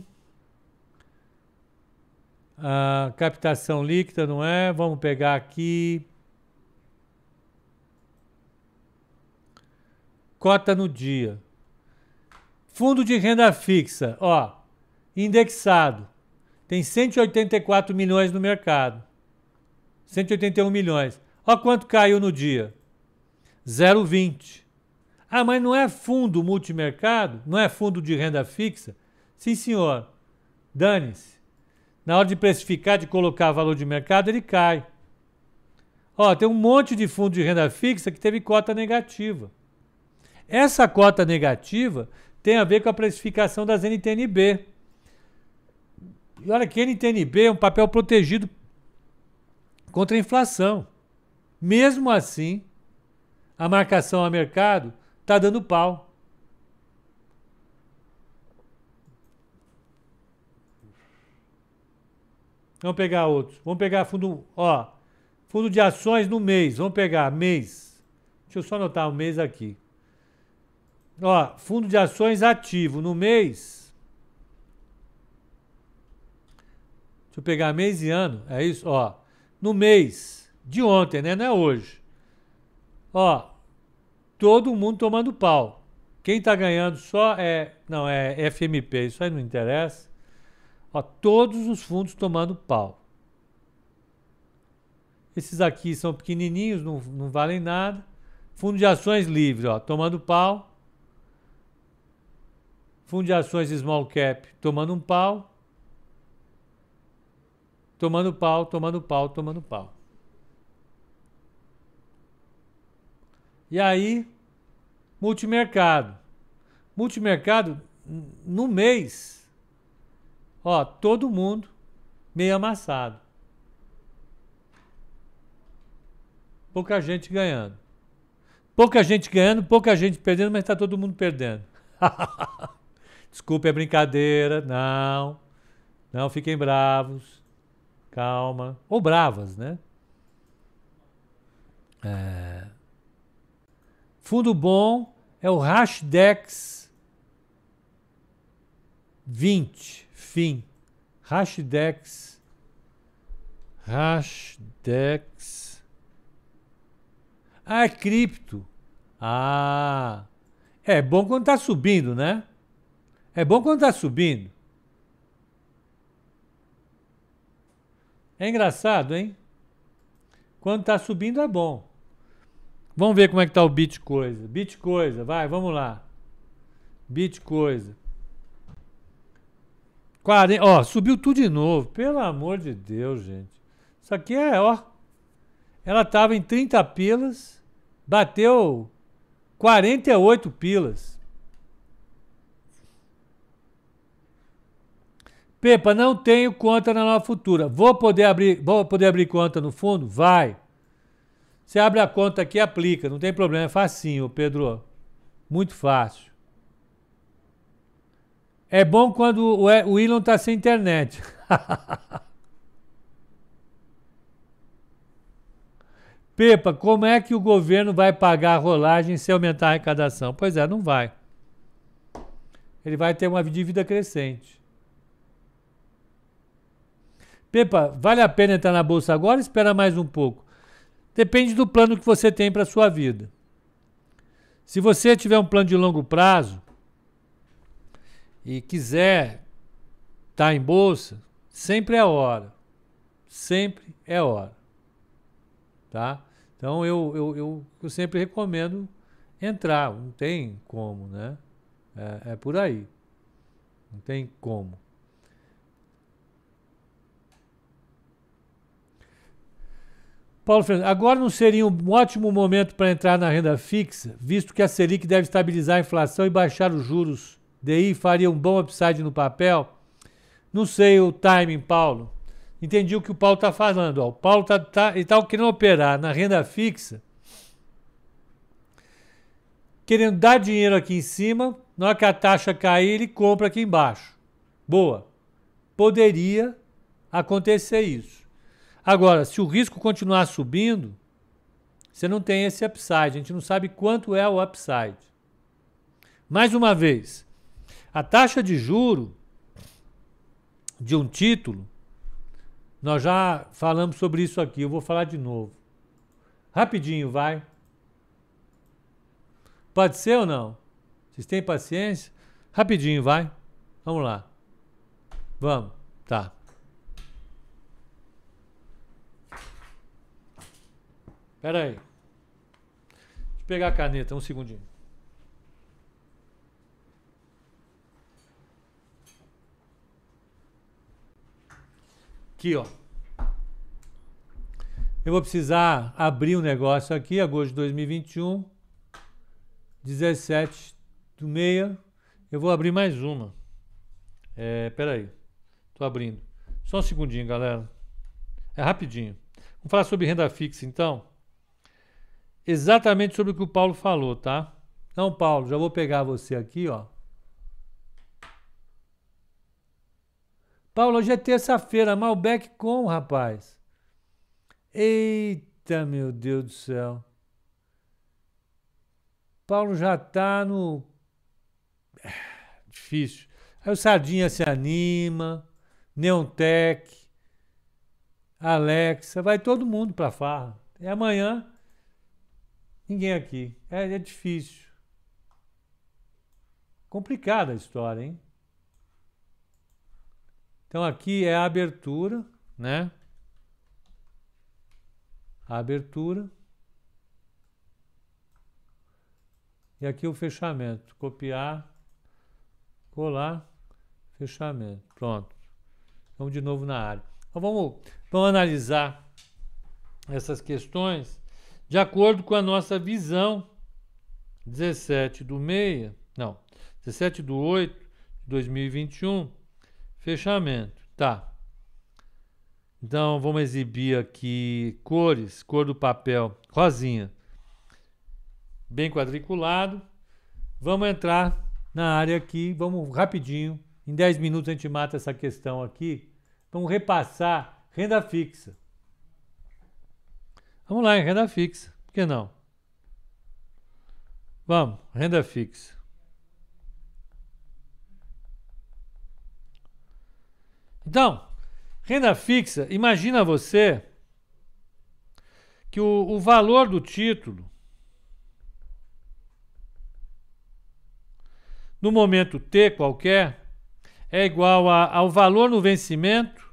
A captação líquida, não é? Vamos pegar aqui. Cota no dia. Fundo de renda fixa, ó, indexado. Tem cento e oitenta e quatro milhões no mercado. cento e oitenta e um milhões. Ó quanto caiu no dia. zero vírgula vinte. Ah, mas não é fundo multimercado? Não é fundo de renda fixa? Sim, senhor. Dane-se. Na hora de precificar, de colocar valor de mercado, ele cai. Ó, tem um monte de fundo de renda fixa que teve cota negativa. Essa cota negativa tem a ver com a precificação das N T N B. E olha que N T N B é um papel protegido contra a inflação. Mesmo assim, a marcação a mercado está dando pau. Vamos pegar outros. Vamos pegar fundo, ó, fundo de ações no mês. Vamos pegar mês. Deixa eu só anotar o mês aqui. Ó, fundo de ações ativo no mês. Deixa eu pegar mês e ano. É isso? Ó, no mês de ontem, né? Não é hoje. Ó, todo mundo tomando pau. Quem tá ganhando só é... Não, é F M P. Isso aí não interessa. Ó, todos os fundos tomando pau. Esses aqui são pequenininhos, não, não valem nada. Fundo de ações livre, ó, tomando pau. Fundo de ações small cap tomando um pau. Tomando pau, tomando pau, tomando pau. E aí, multimercado. Multimercado, no mês, ó, todo mundo meio amassado. Pouca gente ganhando. Pouca gente ganhando, pouca gente perdendo, mas está todo mundo perdendo. Desculpa, é brincadeira. Não. Não fiquem bravos. Calma. Ou bravas, né? É... Fundo bom é o Hashdex vinte. Fim. Hashdex. Hashdex. Ah, é cripto. Ah. É bom quando tá subindo, né? É bom quando tá subindo. É engraçado, hein? Quando tá subindo é bom. Vamos ver como é que tá o Bitcoin. Bitcoin, vai, vamos lá. Bitcoin. quarenta, ó, subiu tudo de novo. Pelo amor de Deus, gente. Isso aqui é, ó. Ela tava em trinta pilas, bateu quarenta e oito pilas. Pepa, não tenho conta na Nova Futura. Vou poder abrir, vou poder abrir conta no fundo? Vai. Você abre a conta aqui e aplica, não tem problema, é facinho, Pedro. Muito fácil. É bom quando o, o Elon tá sem internet. Pepa, como é que o governo vai pagar a rolagem se aumentar a arrecadação? Pois é, não vai. Ele vai ter uma dívida crescente. Pepa, vale a pena entrar na bolsa agora ou espera mais um pouco? Depende do plano que você tem para a sua vida. Se você tiver um plano de longo prazo e quiser estar em bolsa, sempre é hora. Sempre é hora. Tá? Então eu, eu, eu, eu sempre recomendo entrar. Não tem como, né? É, é por aí. Não tem como. Paulo Fernandes, agora não seria um ótimo momento para entrar na renda fixa, visto que a Selic deve estabilizar a inflação e baixar os juros D I faria um bom upside no papel? Não sei o timing, Paulo. Entendi o que o Paulo está falando. Ó. O Paulo está tá, tá querendo operar na renda fixa, querendo dar dinheiro aqui em cima, na hora que a taxa cair, ele compra aqui embaixo. Boa. Poderia acontecer isso. Agora, se o risco continuar subindo, você não tem esse upside. A gente não sabe quanto é o upside. Mais uma vez, a taxa de juro de um título, nós já falamos sobre isso aqui, eu vou falar de novo. Rapidinho, vai. Pode ser ou não? Vocês têm paciência? Rapidinho, vai. Vamos lá. Vamos. Tá. Espera aí. Deixa eu pegar a caneta, um segundinho. Aqui, ó. Eu vou precisar abrir um negócio aqui, agosto de dois mil e vinte e um, dezessete do meia. Eu vou abrir mais uma. É, espera aí. Tô abrindo. Só um segundinho, galera. É rapidinho. Vamos falar sobre renda fixa, então. Exatamente sobre o que o Paulo falou, tá? Então, Paulo, já vou pegar você aqui, ó. Paulo, hoje é terça-feira, Malbec com, rapaz. Eita, meu Deus do céu. Paulo já tá no... Difícil. Aí o Sardinha se anima, Neontech, Alexa, vai todo mundo pra farra. É amanhã... Ninguém aqui. É, é difícil. Complicada a história, hein? Então aqui é a abertura, né? A abertura. E aqui o fechamento. Copiar, colar, fechamento. Pronto. Vamos de novo na área. Então vamos, vamos analisar essas questões de acordo com a nossa visão. dezessete do meia, não, dezessete do oito de dois mil e vinte e um, fechamento, tá. Então, vamos exibir aqui cores, cor do papel, rosinha. bem quadriculado. Vamos entrar na área aqui, vamos rapidinho, em dez minutos a gente mata essa questão aqui. Vamos repassar renda fixa. Vamos lá em renda fixa, por que não? Vamos, renda fixa. Então, renda fixa, imagina você que o, o valor do título no momento T qualquer é igual a, ao valor no vencimento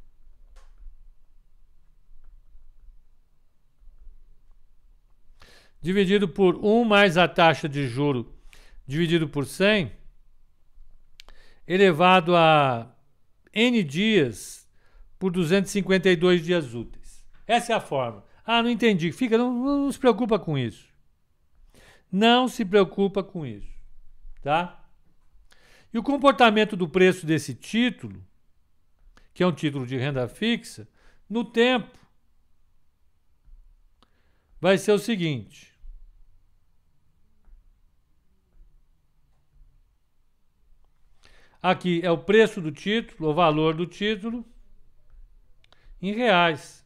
dividido por um mais a taxa de juro dividido por cem elevado a N dias por duzentos e cinquenta e dois dias úteis. Essa é a fórmula. Ah, não entendi. Fica, não, não se preocupa com isso. Não se preocupa com isso. Tá? E o comportamento do preço desse título, que é um título de renda fixa, no tempo, vai ser o seguinte. Aqui é o preço do título, o valor do título, em reais.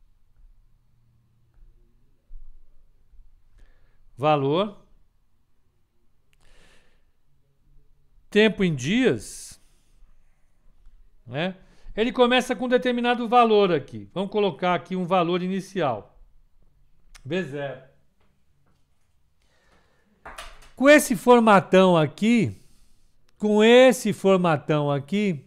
Valor. Tempo em dias. Né? Ele começa com um determinado valor aqui. Vamos colocar aqui um valor inicial. B zero. Com esse formatão aqui, com esse formatão aqui,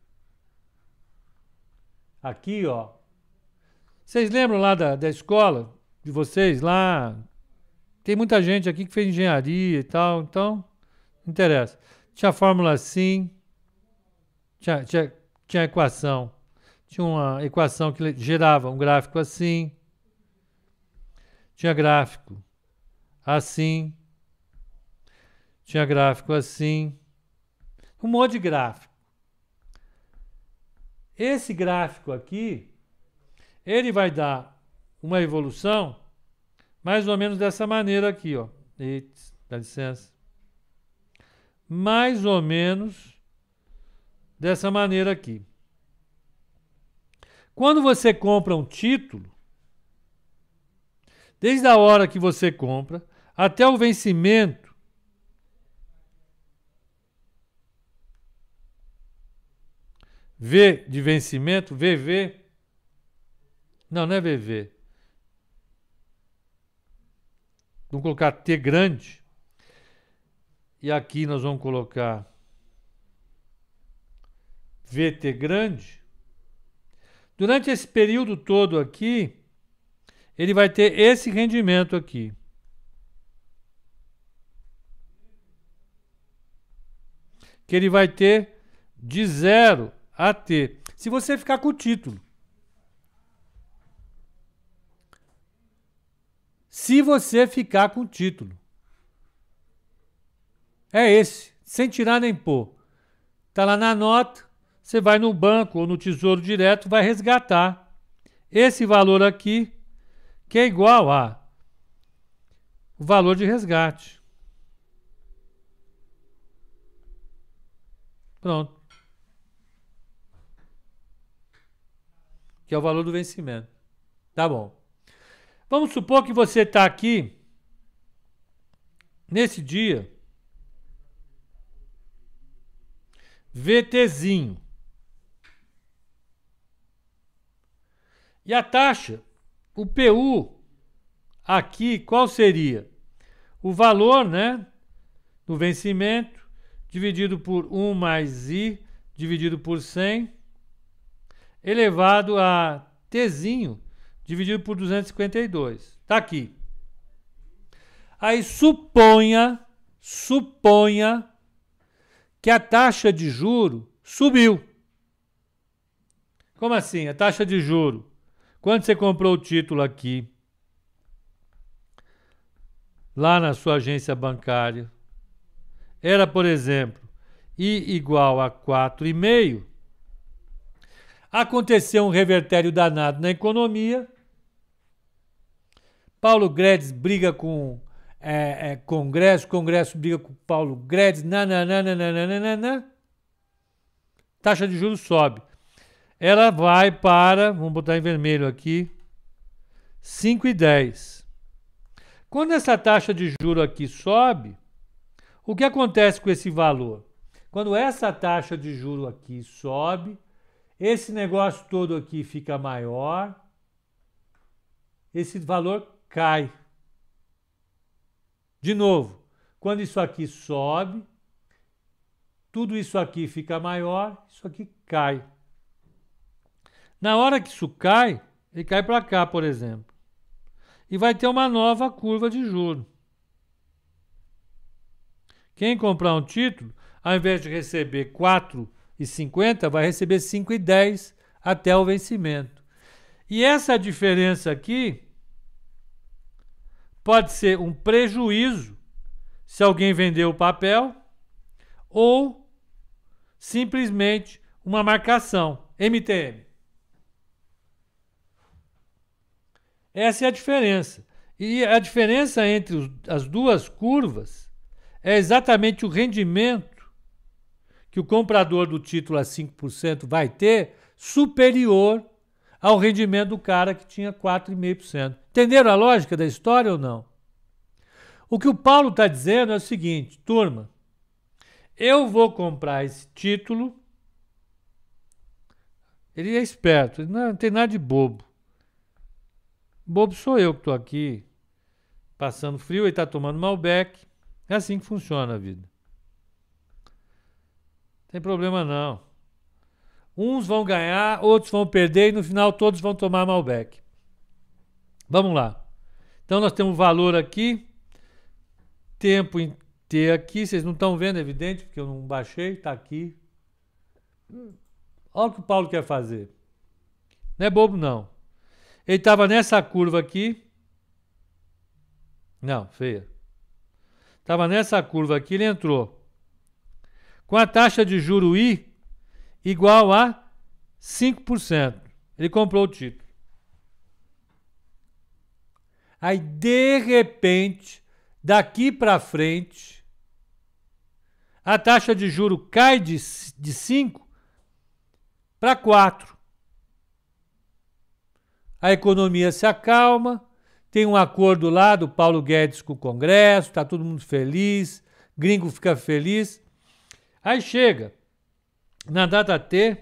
aqui, ó. Vocês lembram lá da, da escola de vocês lá? Tem muita gente aqui que fez engenharia e tal, então não interessa. Tinha fórmula assim, tinha, tinha, tinha equação. Tinha uma equação que gerava um gráfico assim. Tinha gráfico assim. Tinha gráfico assim. Um monte de gráfico. Esse gráfico aqui, ele vai dar uma evolução mais ou menos dessa maneira aqui, ó. Eita, dá licença. Mais ou menos dessa maneira aqui. Quando você compra um título, desde a hora que você compra até o vencimento, V de vencimento, V V. Não, não é V V. Vamos colocar T grande. E aqui nós vamos colocar V T grande. Durante esse período todo aqui, ele vai ter esse rendimento aqui. Que ele vai ter de zero a T. Se você ficar com o título. Se você ficar com o título. É esse, sem tirar nem pôr. Está lá na nota, você vai no banco ou no Tesouro Direto, vai resgatar esse valor aqui, que é igual a o valor de resgate. Pronto. Que é o valor do vencimento. Tá bom. Vamos supor que você está aqui, nesse dia, VTzinho. E a taxa, o P U, aqui, qual seria? O valor, né, do vencimento, dividido por um mais I, dividido por cem, elevado a Tzinho, dividido por duzentos e cinquenta e dois. Está aqui. Aí suponha, suponha que a taxa de juro subiu. Como assim? A taxa de juro. Quando você comprou o título aqui, lá na sua agência bancária, era, por exemplo, I igual a quatro vírgula cinco. Aconteceu um revertério danado na economia. Paulo Guedes briga com é, é, Congresso, Congresso briga com o Paulo Guedes, nananana, taxa de juros sobe. Ela vai para, vamos botar em vermelho aqui, cinco vírgula dez. Quando essa taxa de juros aqui sobe, o que acontece com esse valor? Quando essa taxa de juros aqui sobe, esse negócio todo aqui fica maior, esse valor cai. De novo, quando isso aqui sobe, tudo isso aqui fica maior, isso aqui cai. Na hora que isso cai, ele cai para cá, por exemplo. E vai ter uma nova curva de juros. Quem comprar um título, ao invés de receber quatro vírgula cinquenta, vai receber cinco vírgula dez até o vencimento. E essa diferença aqui pode ser um prejuízo se alguém vender o papel ou simplesmente uma marcação, M T M. Essa é a diferença. E a diferença entre os, as duas curvas é exatamente o rendimento que o comprador do título a cinco por cento vai ter superior ao rendimento do cara que tinha quatro vírgula cinco por cento. Entenderam a lógica da história ou não? O que o Paulo está dizendo é o seguinte, turma, eu vou comprar esse título, ele é esperto, ele não, não tem nada de bobo. Bobo sou eu que estou aqui, passando frio, ele está tomando Malbec. É assim que funciona a vida. Não tem problema não. Uns vão ganhar, outros vão perder e no final todos vão tomar Malbec. Vamos lá. Então nós temos valor aqui, tempo em T aqui, vocês não estão vendo, é evidente, porque eu não baixei, está aqui. Olha o que o Paulo quer fazer. Não é bobo não. Ele estava nessa curva aqui. Não, feia. Estava nessa curva aqui, ele entrou. Com a taxa de juro I igual a cinco por cento. Ele comprou o título. Aí, de repente, daqui para frente, a taxa de juro cai de, de cinco para quatro. A economia se acalma, tem um acordo lá do Paulo Guedes com o Congresso, está todo mundo feliz, gringo fica feliz. Aí chega, na data T,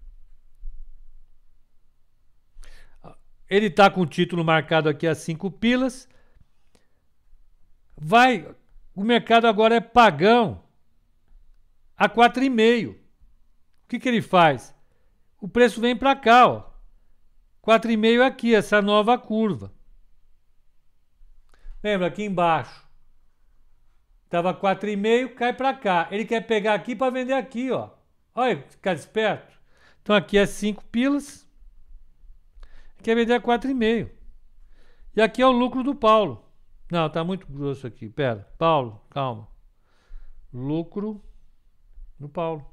ele está com o título marcado aqui a cinco pilas, vai, o mercado agora é pagão a quatro vírgula cinco. O que, que ele faz? O preço vem para cá, ó. quatro vírgula cinco aqui, essa nova curva. Lembra, aqui embaixo. Estava quatro vírgula cinco, cai para cá. Ele quer pegar aqui para vender aqui, ó. Olha, ficar esperto. Então aqui é cinco pilas. Quer vender a quatro vírgula cinco. E aqui é o lucro do Paulo. Não, tá muito grosso aqui. Pera, Paulo, calma. Lucro do Paulo.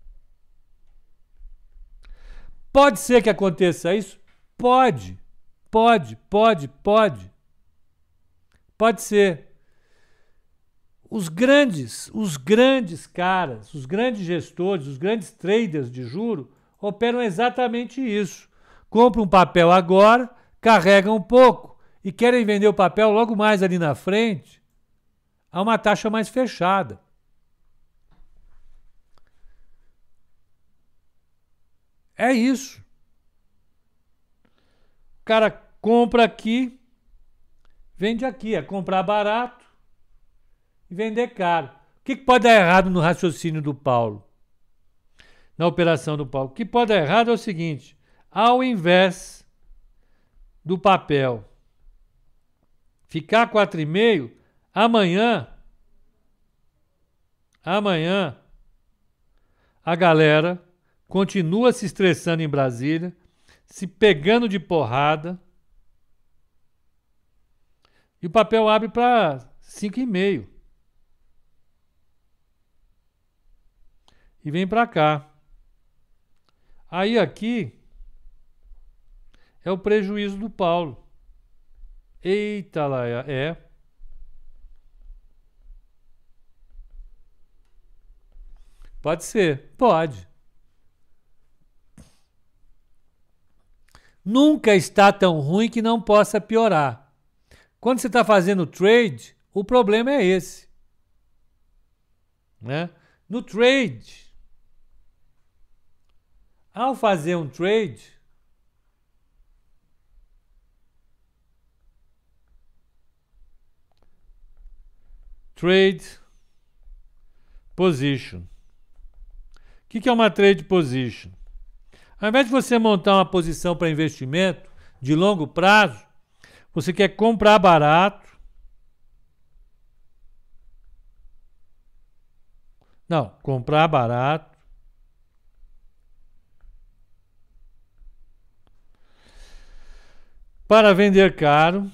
Pode ser que aconteça isso? Pode. Pode, pode, pode. Pode ser. Os grandes, os grandes caras, os grandes gestores, os grandes traders de juro operam exatamente isso. Compram um papel agora, carregam um pouco e querem vender o papel logo mais ali na frente a uma taxa mais fechada. É isso. O cara compra aqui, vende aqui. É comprar barato e vender caro. O que, que pode dar errado no raciocínio do Paulo? Na operação do Paulo? O que pode dar errado é o seguinte: ao invés do papel ficar quatro vírgula cinco, amanhã, amanhã, a galera continua se estressando em Brasília, se pegando de porrada, e o papel abre para cinco vírgula cinco. E vem para cá. Aí aqui é o prejuízo do Paulo. Eita lá, é. Pode ser, pode. Nunca está tão ruim que não possa piorar. Quando você está fazendo trade, o problema é esse. Né? No trade, ao fazer um trade, trade position. O que, que é uma trade position? Ao invés de você montar uma posição para investimento de longo prazo, você quer comprar barato. Não, comprar barato. Para vender caro.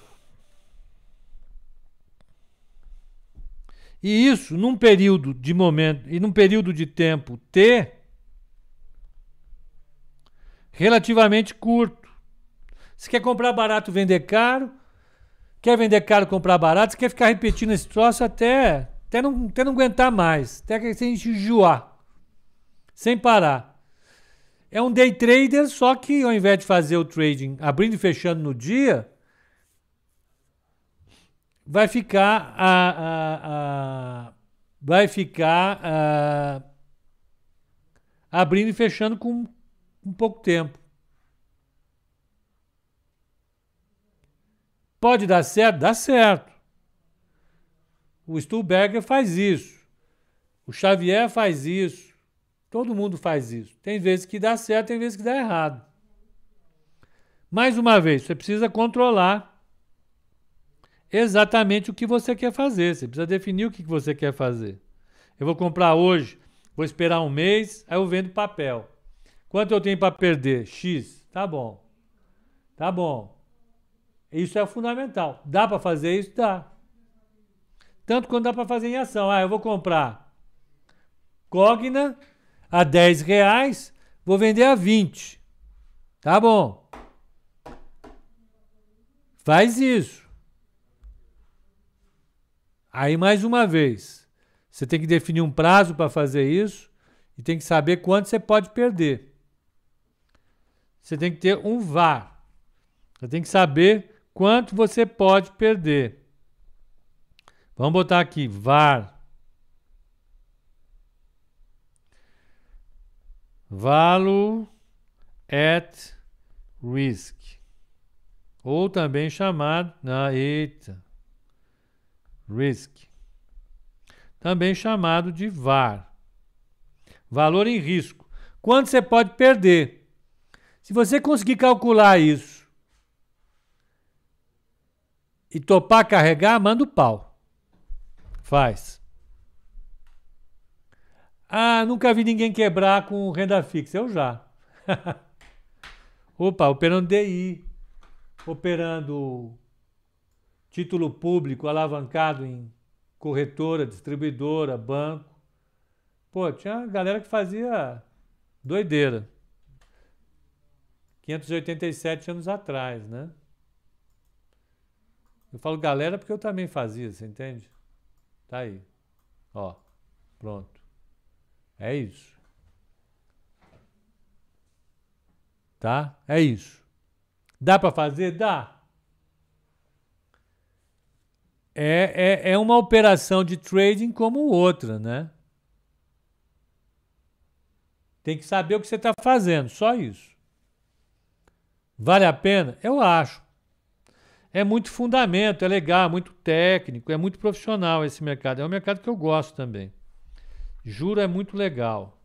E isso num período de momento e num período de tempo T relativamente curto. Você quer comprar barato, vender caro? Quer vender caro, comprar barato? Você quer ficar repetindo esse troço até, até, não, até não aguentar mais, até que você enjoar, sem parar. É um day trader, só que ao invés de fazer o trading abrindo e fechando no dia, vai ficar a, a, a, vai ficar a, abrindo e fechando com um pouco tempo. Pode dar certo? Dá certo. O Stuhlberger faz isso. O Xavier faz isso. Todo mundo faz isso. Tem vezes que dá certo, tem vezes que dá errado. Mais uma vez, você precisa controlar exatamente o que você quer fazer. Você precisa definir o que você quer fazer. Eu vou comprar hoje, vou esperar um mês, aí eu vendo papel. Quanto eu tenho para perder? X. Tá bom. Tá bom. Isso é fundamental. Dá para fazer isso? Dá. Tanto quanto dá para fazer em ação. Ah, eu vou comprar Cogna a dez reais, vou vender a vinte. Tá bom. Faz isso. Aí, mais uma vez, você tem que definir um prazo para fazer isso e tem que saber quanto você pode perder. Você tem que ter um V A R. Você tem que saber quanto você pode perder. Vamos botar aqui, V A R. Value at Risk. Ou também chamado... Ah, eita. Risk. Também chamado de V A R. Valor em risco. Quanto você pode perder? Se você conseguir calcular isso e topar carregar, manda o pau. Faz. Ah, nunca vi ninguém quebrar com renda fixa. Eu já. Opa, operando D I, operando título público alavancado em corretora, distribuidora, banco. Pô, tinha galera que fazia doideira. quinhentos e oitenta e sete anos atrás, né? Eu falo galera porque eu também fazia, você entende? Tá aí. Ó, pronto. É isso. Tá? É isso. Dá para fazer? Dá. É, é, é uma operação de trading como outra, né? Tem que saber o que você está fazendo, só isso. Vale a pena? Eu acho. É muito fundamento, é legal, é muito técnico, é muito profissional esse mercado. É um mercado que eu gosto também. Juro é muito legal.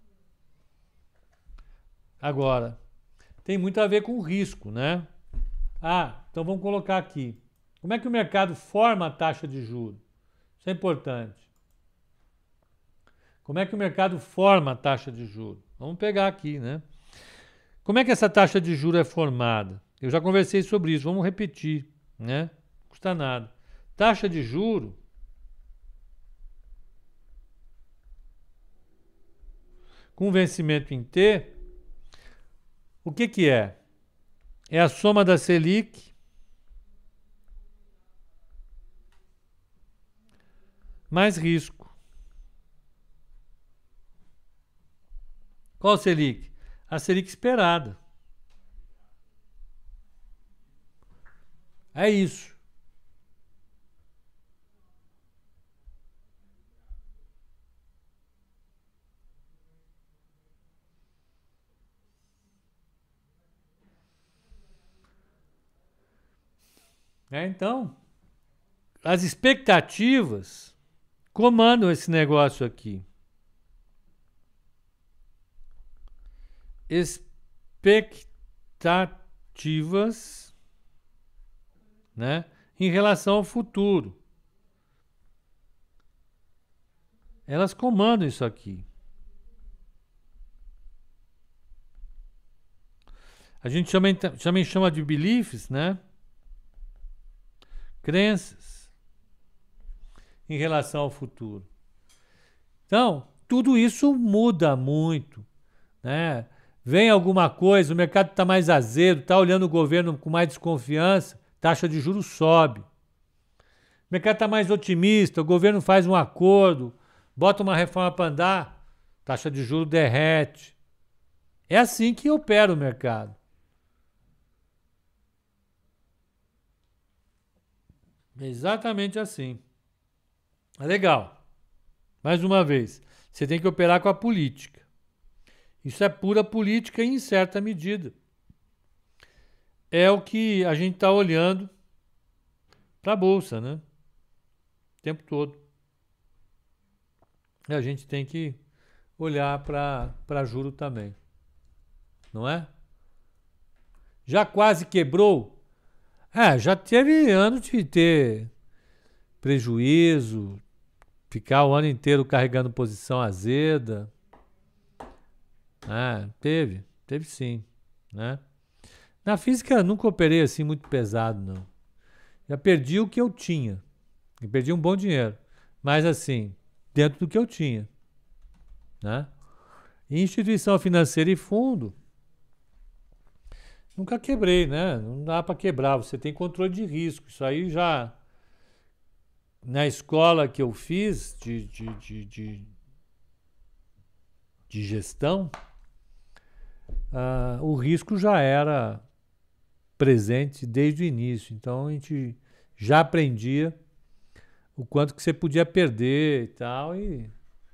Agora, tem muito a ver com o risco, né? Ah, então vamos colocar aqui. Como é que o mercado forma a taxa de juros? Isso é importante. Como é que o mercado forma a taxa de juros? Vamos pegar aqui, né? Como é que essa taxa de juros é formada? Eu já conversei sobre isso, vamos repetir, né? Não custa nada. Taxa de juros com vencimento em T, o que que é? É a soma da Selic mais risco. Qual Selic? A Selic esperada. É isso. É, então, as expectativas comandam esse negócio aqui. Expectativas, né, em relação ao futuro. Elas comandam isso aqui. A gente chama, também chama de beliefs, né? Crenças em relação ao futuro. Então, tudo isso muda muito, né? Vem alguma coisa, o mercado está mais azedo, está olhando o governo com mais desconfiança, taxa de juros sobe. O mercado está mais otimista, o governo faz um acordo, bota uma reforma para andar, taxa de juros derrete. É assim que opera o mercado. É exatamente assim. É legal. Mais uma vez, você tem que operar com a política. Isso é pura política em certa medida. É o que a gente está olhando para a Bolsa, né? O tempo todo. E a gente tem que olhar para juro também. Não é? Já quase quebrou? É, já teve ano de ter prejuízo, ficar o ano inteiro carregando posição azeda. Ah, teve, teve sim, né? Na física nunca operei assim muito pesado, não. Já perdi o que eu tinha. E perdi um bom dinheiro. Mas assim, dentro do que eu tinha, né? E instituição financeira e fundo, nunca quebrei, né? Não dá para quebrar, você tem controle de risco. Isso aí já... Na escola que eu fiz de, de, de, de, de gestão, uh, o risco já era presente desde o início. Então a gente já aprendia o quanto que você podia perder e tal. E,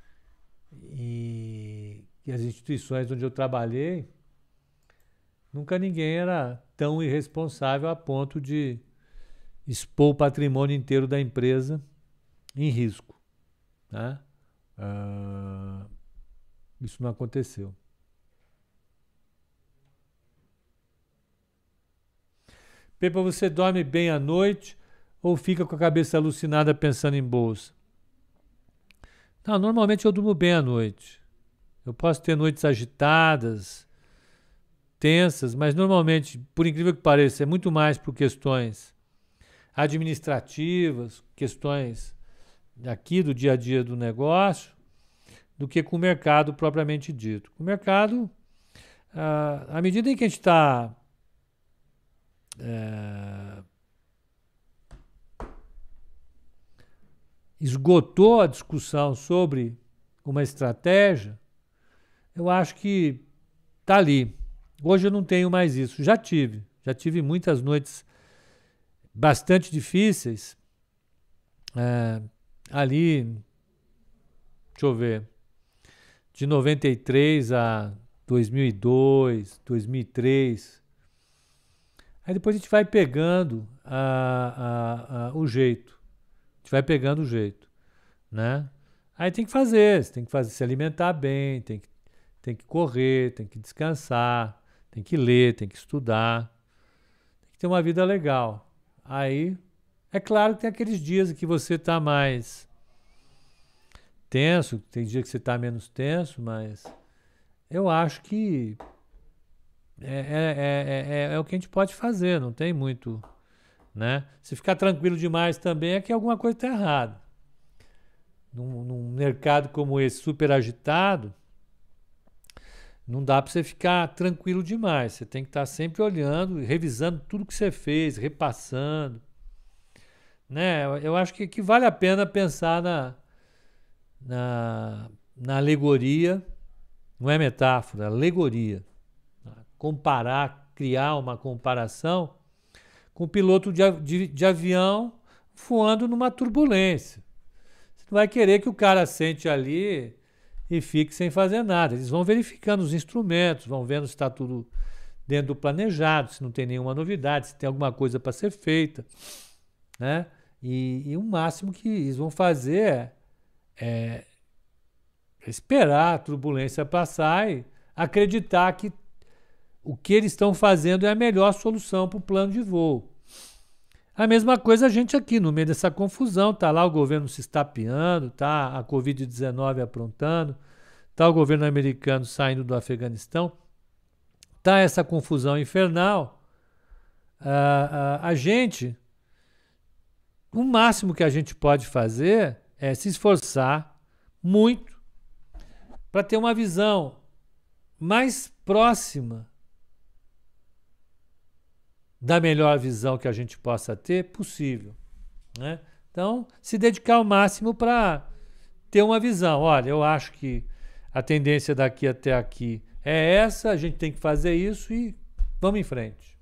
e, e as instituições onde eu trabalhei, nunca ninguém era tão irresponsável a ponto de expor o patrimônio inteiro da empresa em risco, né? Uh, isso não aconteceu. Pepa, você dorme bem à noite ou fica com a cabeça alucinada pensando em bolsa? Não, normalmente eu durmo bem à noite. Eu posso ter noites agitadas, tensas, mas normalmente, por incrível que pareça, é muito mais por questões administrativas, questões aqui do dia a dia do negócio, do que com o mercado propriamente dito. Com o mercado, ah, à medida em que a gente está é, esgotou a discussão sobre uma estratégia, eu acho que está ali. Hoje eu não tenho mais isso. Já tive. Já tive muitas noites bastante difíceis, é, ali, deixa eu ver, de noventa e três a dois mil e dois, dois mil e três. Aí depois a gente vai pegando a, a, a, o jeito. A gente vai pegando o jeito, né? Aí tem que fazer, você tem que fazer, se alimentar bem, tem que, tem que correr, tem que descansar, tem que ler, tem que estudar, tem que ter uma vida legal. Aí, é claro que tem aqueles dias que você está mais tenso, tem dia que você está menos tenso, mas eu acho que é, é, é, é, é o que a gente pode fazer, não tem muito, né? Se ficar tranquilo demais também é que alguma coisa está errada. Num, num mercado como esse, super agitado, não dá para você ficar tranquilo demais. Você tem que estar sempre olhando, revisando tudo que você fez, repassando. Né? Eu acho que, que vale a pena pensar na, na, na alegoria, não é metáfora, é alegoria. Comparar, criar uma comparação com o piloto de, de, de avião voando numa turbulência. Você não vai querer que o cara sente ali e fique sem fazer nada. Eles vão verificando os instrumentos, vão vendo se está tudo dentro do planejado, se não tem nenhuma novidade, se tem alguma coisa para ser feita, né? E, e o máximo que eles vão fazer é, é esperar a turbulência passar e acreditar que o que eles estão fazendo é a melhor solução para o plano de voo. A mesma coisa a gente aqui, no meio dessa confusão, está lá o governo se estapeando, está a covid dezenove aprontando, está o governo americano saindo do Afeganistão, está essa confusão infernal. A, a, a gente, o máximo que a gente pode fazer é se esforçar muito para ter uma visão mais próxima da melhor visão que a gente possa ter possível, né? Então, se dedicar ao máximo para ter uma visão. Olha, eu acho que a tendência daqui até aqui é essa, a gente tem que fazer isso e vamos em frente,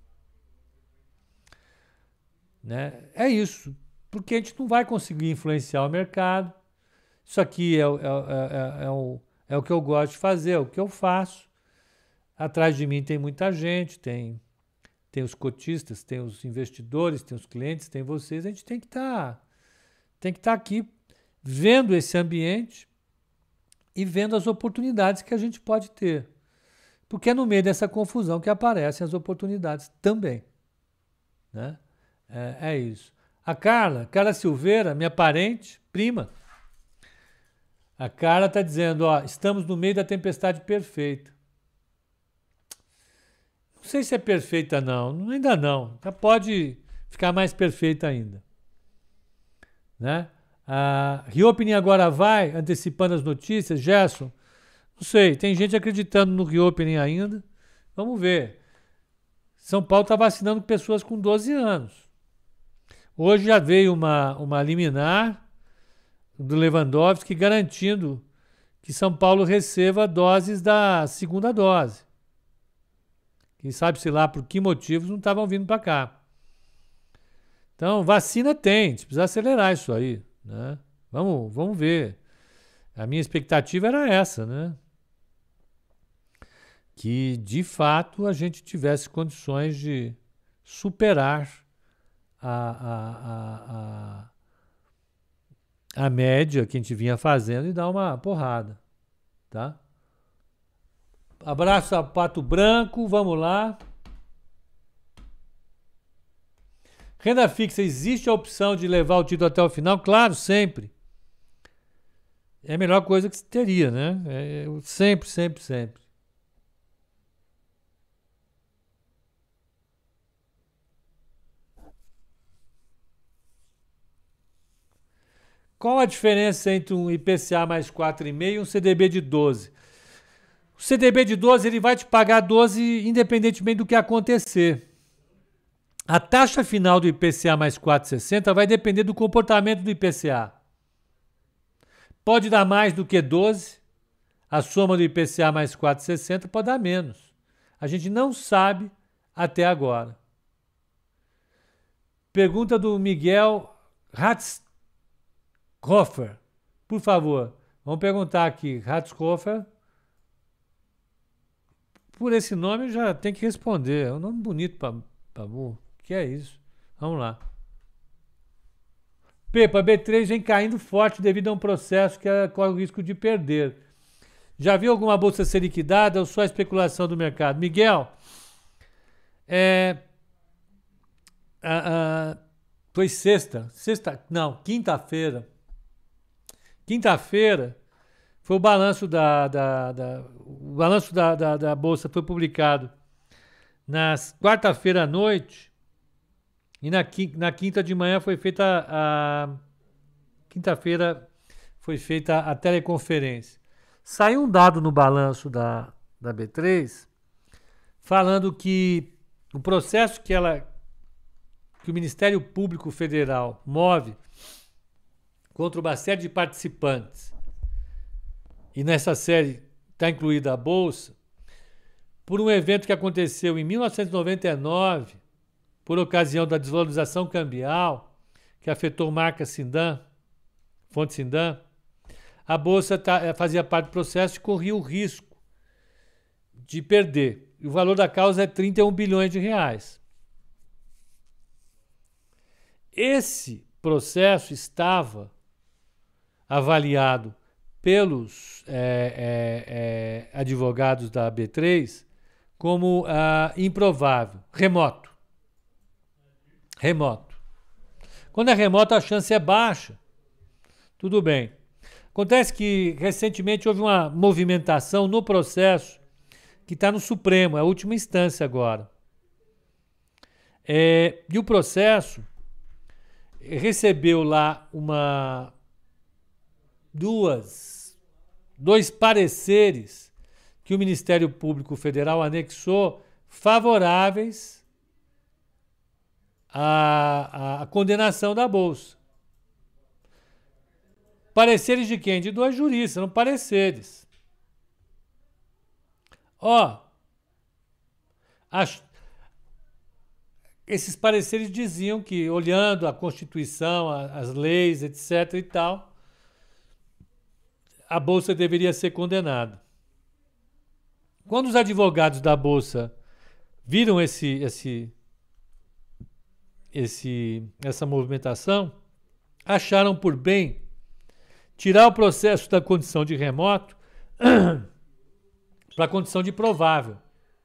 né? É isso, porque a gente não vai conseguir influenciar o mercado. Isso aqui é, é, é, é, é, o, é o que eu gosto de fazer, é o que eu faço. Atrás de mim tem muita gente, tem... Tem os cotistas, tem os investidores, tem os clientes, tem vocês. A gente tem que estar tem que estar aqui vendo esse ambiente e vendo as oportunidades que a gente pode ter. Porque é no meio dessa confusão que aparecem as oportunidades também, né? É, é isso. A Carla, Carla Silveira, minha parente, prima. A Carla está dizendo, ó, estamos no meio da tempestade perfeita. Não sei se é perfeita, não. Ainda não. Pode ficar mais perfeita ainda, né? A Reopening agora vai, antecipando as notícias. Gerson, não sei. Tem gente acreditando no Reopening ainda. Vamos ver. São Paulo está vacinando pessoas com doze anos. Hoje já veio uma, uma liminar do Lewandowski garantindo que São Paulo receba doses da segunda dose. Quem sabe, sei lá, por que motivos não estavam vindo para cá. Então, vacina tem, a gente precisa acelerar isso aí, né? Vamos, vamos ver. A minha expectativa era essa, né? Que, de fato, a gente tivesse condições de superar a, a, a, a, a média que a gente vinha fazendo e dar uma porrada, tá? Abraço a Pato Branco, vamos lá. Renda fixa, existe a opção de levar o título até o final? Claro, sempre. É a melhor coisa que se teria, né? É, sempre, sempre, sempre. Qual a diferença entre um I P C A mais quatro vírgula cinco e um C D B de doze? O C D B de doze ele vai te pagar doze independentemente do que acontecer. A taxa final do I P C A mais quatro vírgula sessenta vai depender do comportamento do I P C A. Pode dar mais do que doze, a soma do I P C A mais quatro vírgula sessenta pode dar menos. A gente não sabe até agora. Pergunta do Miguel Ratzhofer. Por favor, vamos perguntar aqui. Ratzhofer. Por esse nome eu já tenho que responder. É um nome bonito para burro. O que é isso? Vamos lá. Pepa, B três vem caindo forte devido a um processo que corre o risco de perder. Já viu alguma bolsa ser liquidada ou só a especulação do mercado? Miguel, é, a, a, foi sexta, sexta, não, quinta-feira. Quinta-feira foi o balanço da, da, da o balanço da, da, da bolsa foi publicado na quarta-feira à noite e na, na quinta de manhã foi feita a quinta-feira foi feita a teleconferência. Saiu um dado no balanço da, da B três falando que o processo que ela que o Ministério Público Federal move contra uma série de participantes, e nessa série está incluída a Bolsa, por um evento que aconteceu em mil novecentos e noventa e nove, por ocasião da desvalorização cambial, que afetou marca Sindan, fonte Sindan. A Bolsa tá, fazia parte do processo e corria o risco de perder. E o valor da causa é trinta e um bilhões de reais. Esse processo estava avaliado pelos é, é, é, advogados da B três como ah, improvável, remoto. Remoto. Quando é remoto, a chance é baixa. Tudo bem. Acontece que, recentemente, houve uma movimentação no processo que está no Supremo, é a última instância agora. É, e o processo recebeu lá uma, duas, dois pareceres que o Ministério Público Federal anexou favoráveis à, à condenação da Bolsa. Pareceres de quem? De dois juristas, não pareceres. Ó, as, esses pareceres diziam que, olhando a Constituição, a, as leis, etc e tal, a Bolsa deveria ser condenada. Quando os advogados da Bolsa viram esse, esse, esse, essa movimentação, acharam por bem tirar o processo da condição de remoto para a condição de provável.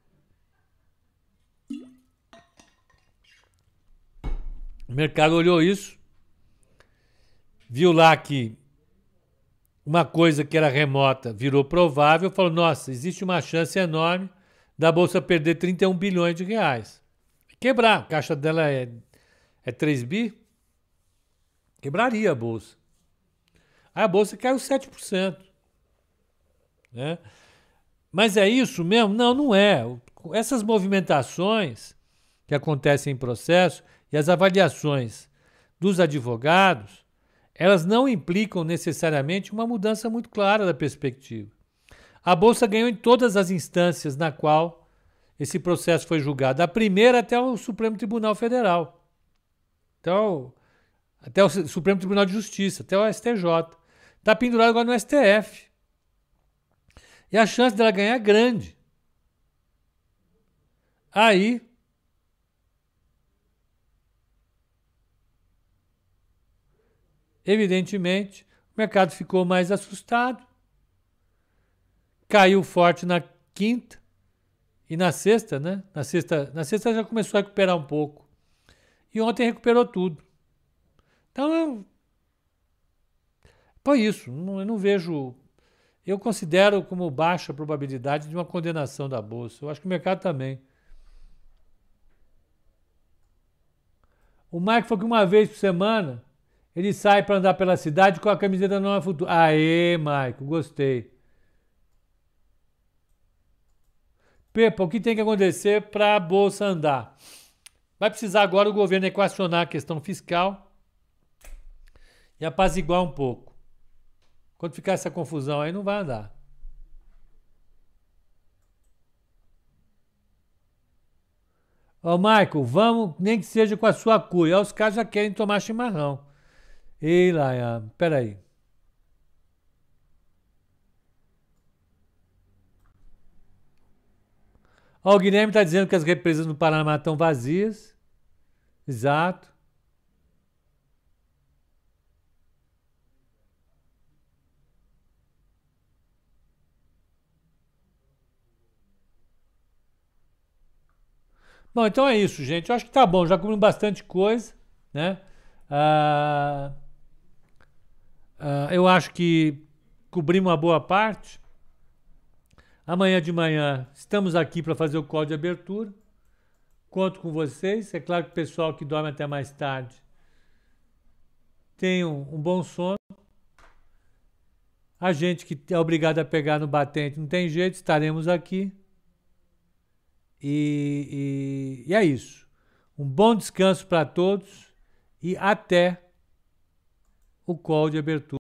O mercado olhou isso, viu lá que uma coisa que era remota virou provável, falou, nossa, existe uma chance enorme da Bolsa perder trinta e um bilhões de reais. Quebrar, a caixa dela é, é três bi, quebraria a Bolsa. Aí a Bolsa caiu sete por cento. Né? Mas é isso mesmo? Não, não é. Essas movimentações que acontecem em processo e as avaliações dos advogados, elas não implicam necessariamente uma mudança muito clara da perspectiva. A Bolsa ganhou em todas as instâncias na qual esse processo foi julgado, da primeira até o Supremo Tribunal Federal, até o, até o Supremo Tribunal de Justiça, até o S T J. Está pendurado agora no S T F. E a chance dela ganhar é grande. Aí, evidentemente, o mercado ficou mais assustado, caiu forte na quinta e na sexta, né? Na sexta, na sexta já começou a recuperar um pouco. E ontem recuperou tudo. Então, eu, foi isso. Não, eu não vejo... Eu considero como baixa a probabilidade de uma condenação da Bolsa. Eu acho que o mercado também. O Mike falou que uma vez por semana ele sai para andar pela cidade com a camiseta Nova Futura. Aê, Mike, gostei. Pepa, o que tem que acontecer para a Bolsa andar? Vai precisar agora o governo equacionar a questão fiscal e apaziguar um pouco. Quando ficar essa confusão aí, não vai andar. Ó, Michael, vamos, nem que seja com a sua cuia. Os caras já querem tomar chimarrão. Ei, Laia, peraí. Ó, o Guilherme está dizendo que as represas no Paraná estão vazias. Exato. Bom, então é isso, gente. Eu acho que tá bom. Já comemos bastante coisa, né? Ah, ah, eu acho que cobrimos uma boa parte. Amanhã de manhã estamos aqui para fazer o call de abertura. Conto com vocês. É claro que o pessoal que dorme até mais tarde tem um, um bom sono. A gente que é obrigado a pegar no batente, não tem jeito, estaremos aqui. E, e, e é isso. Um bom descanso para todos e até o call de abertura.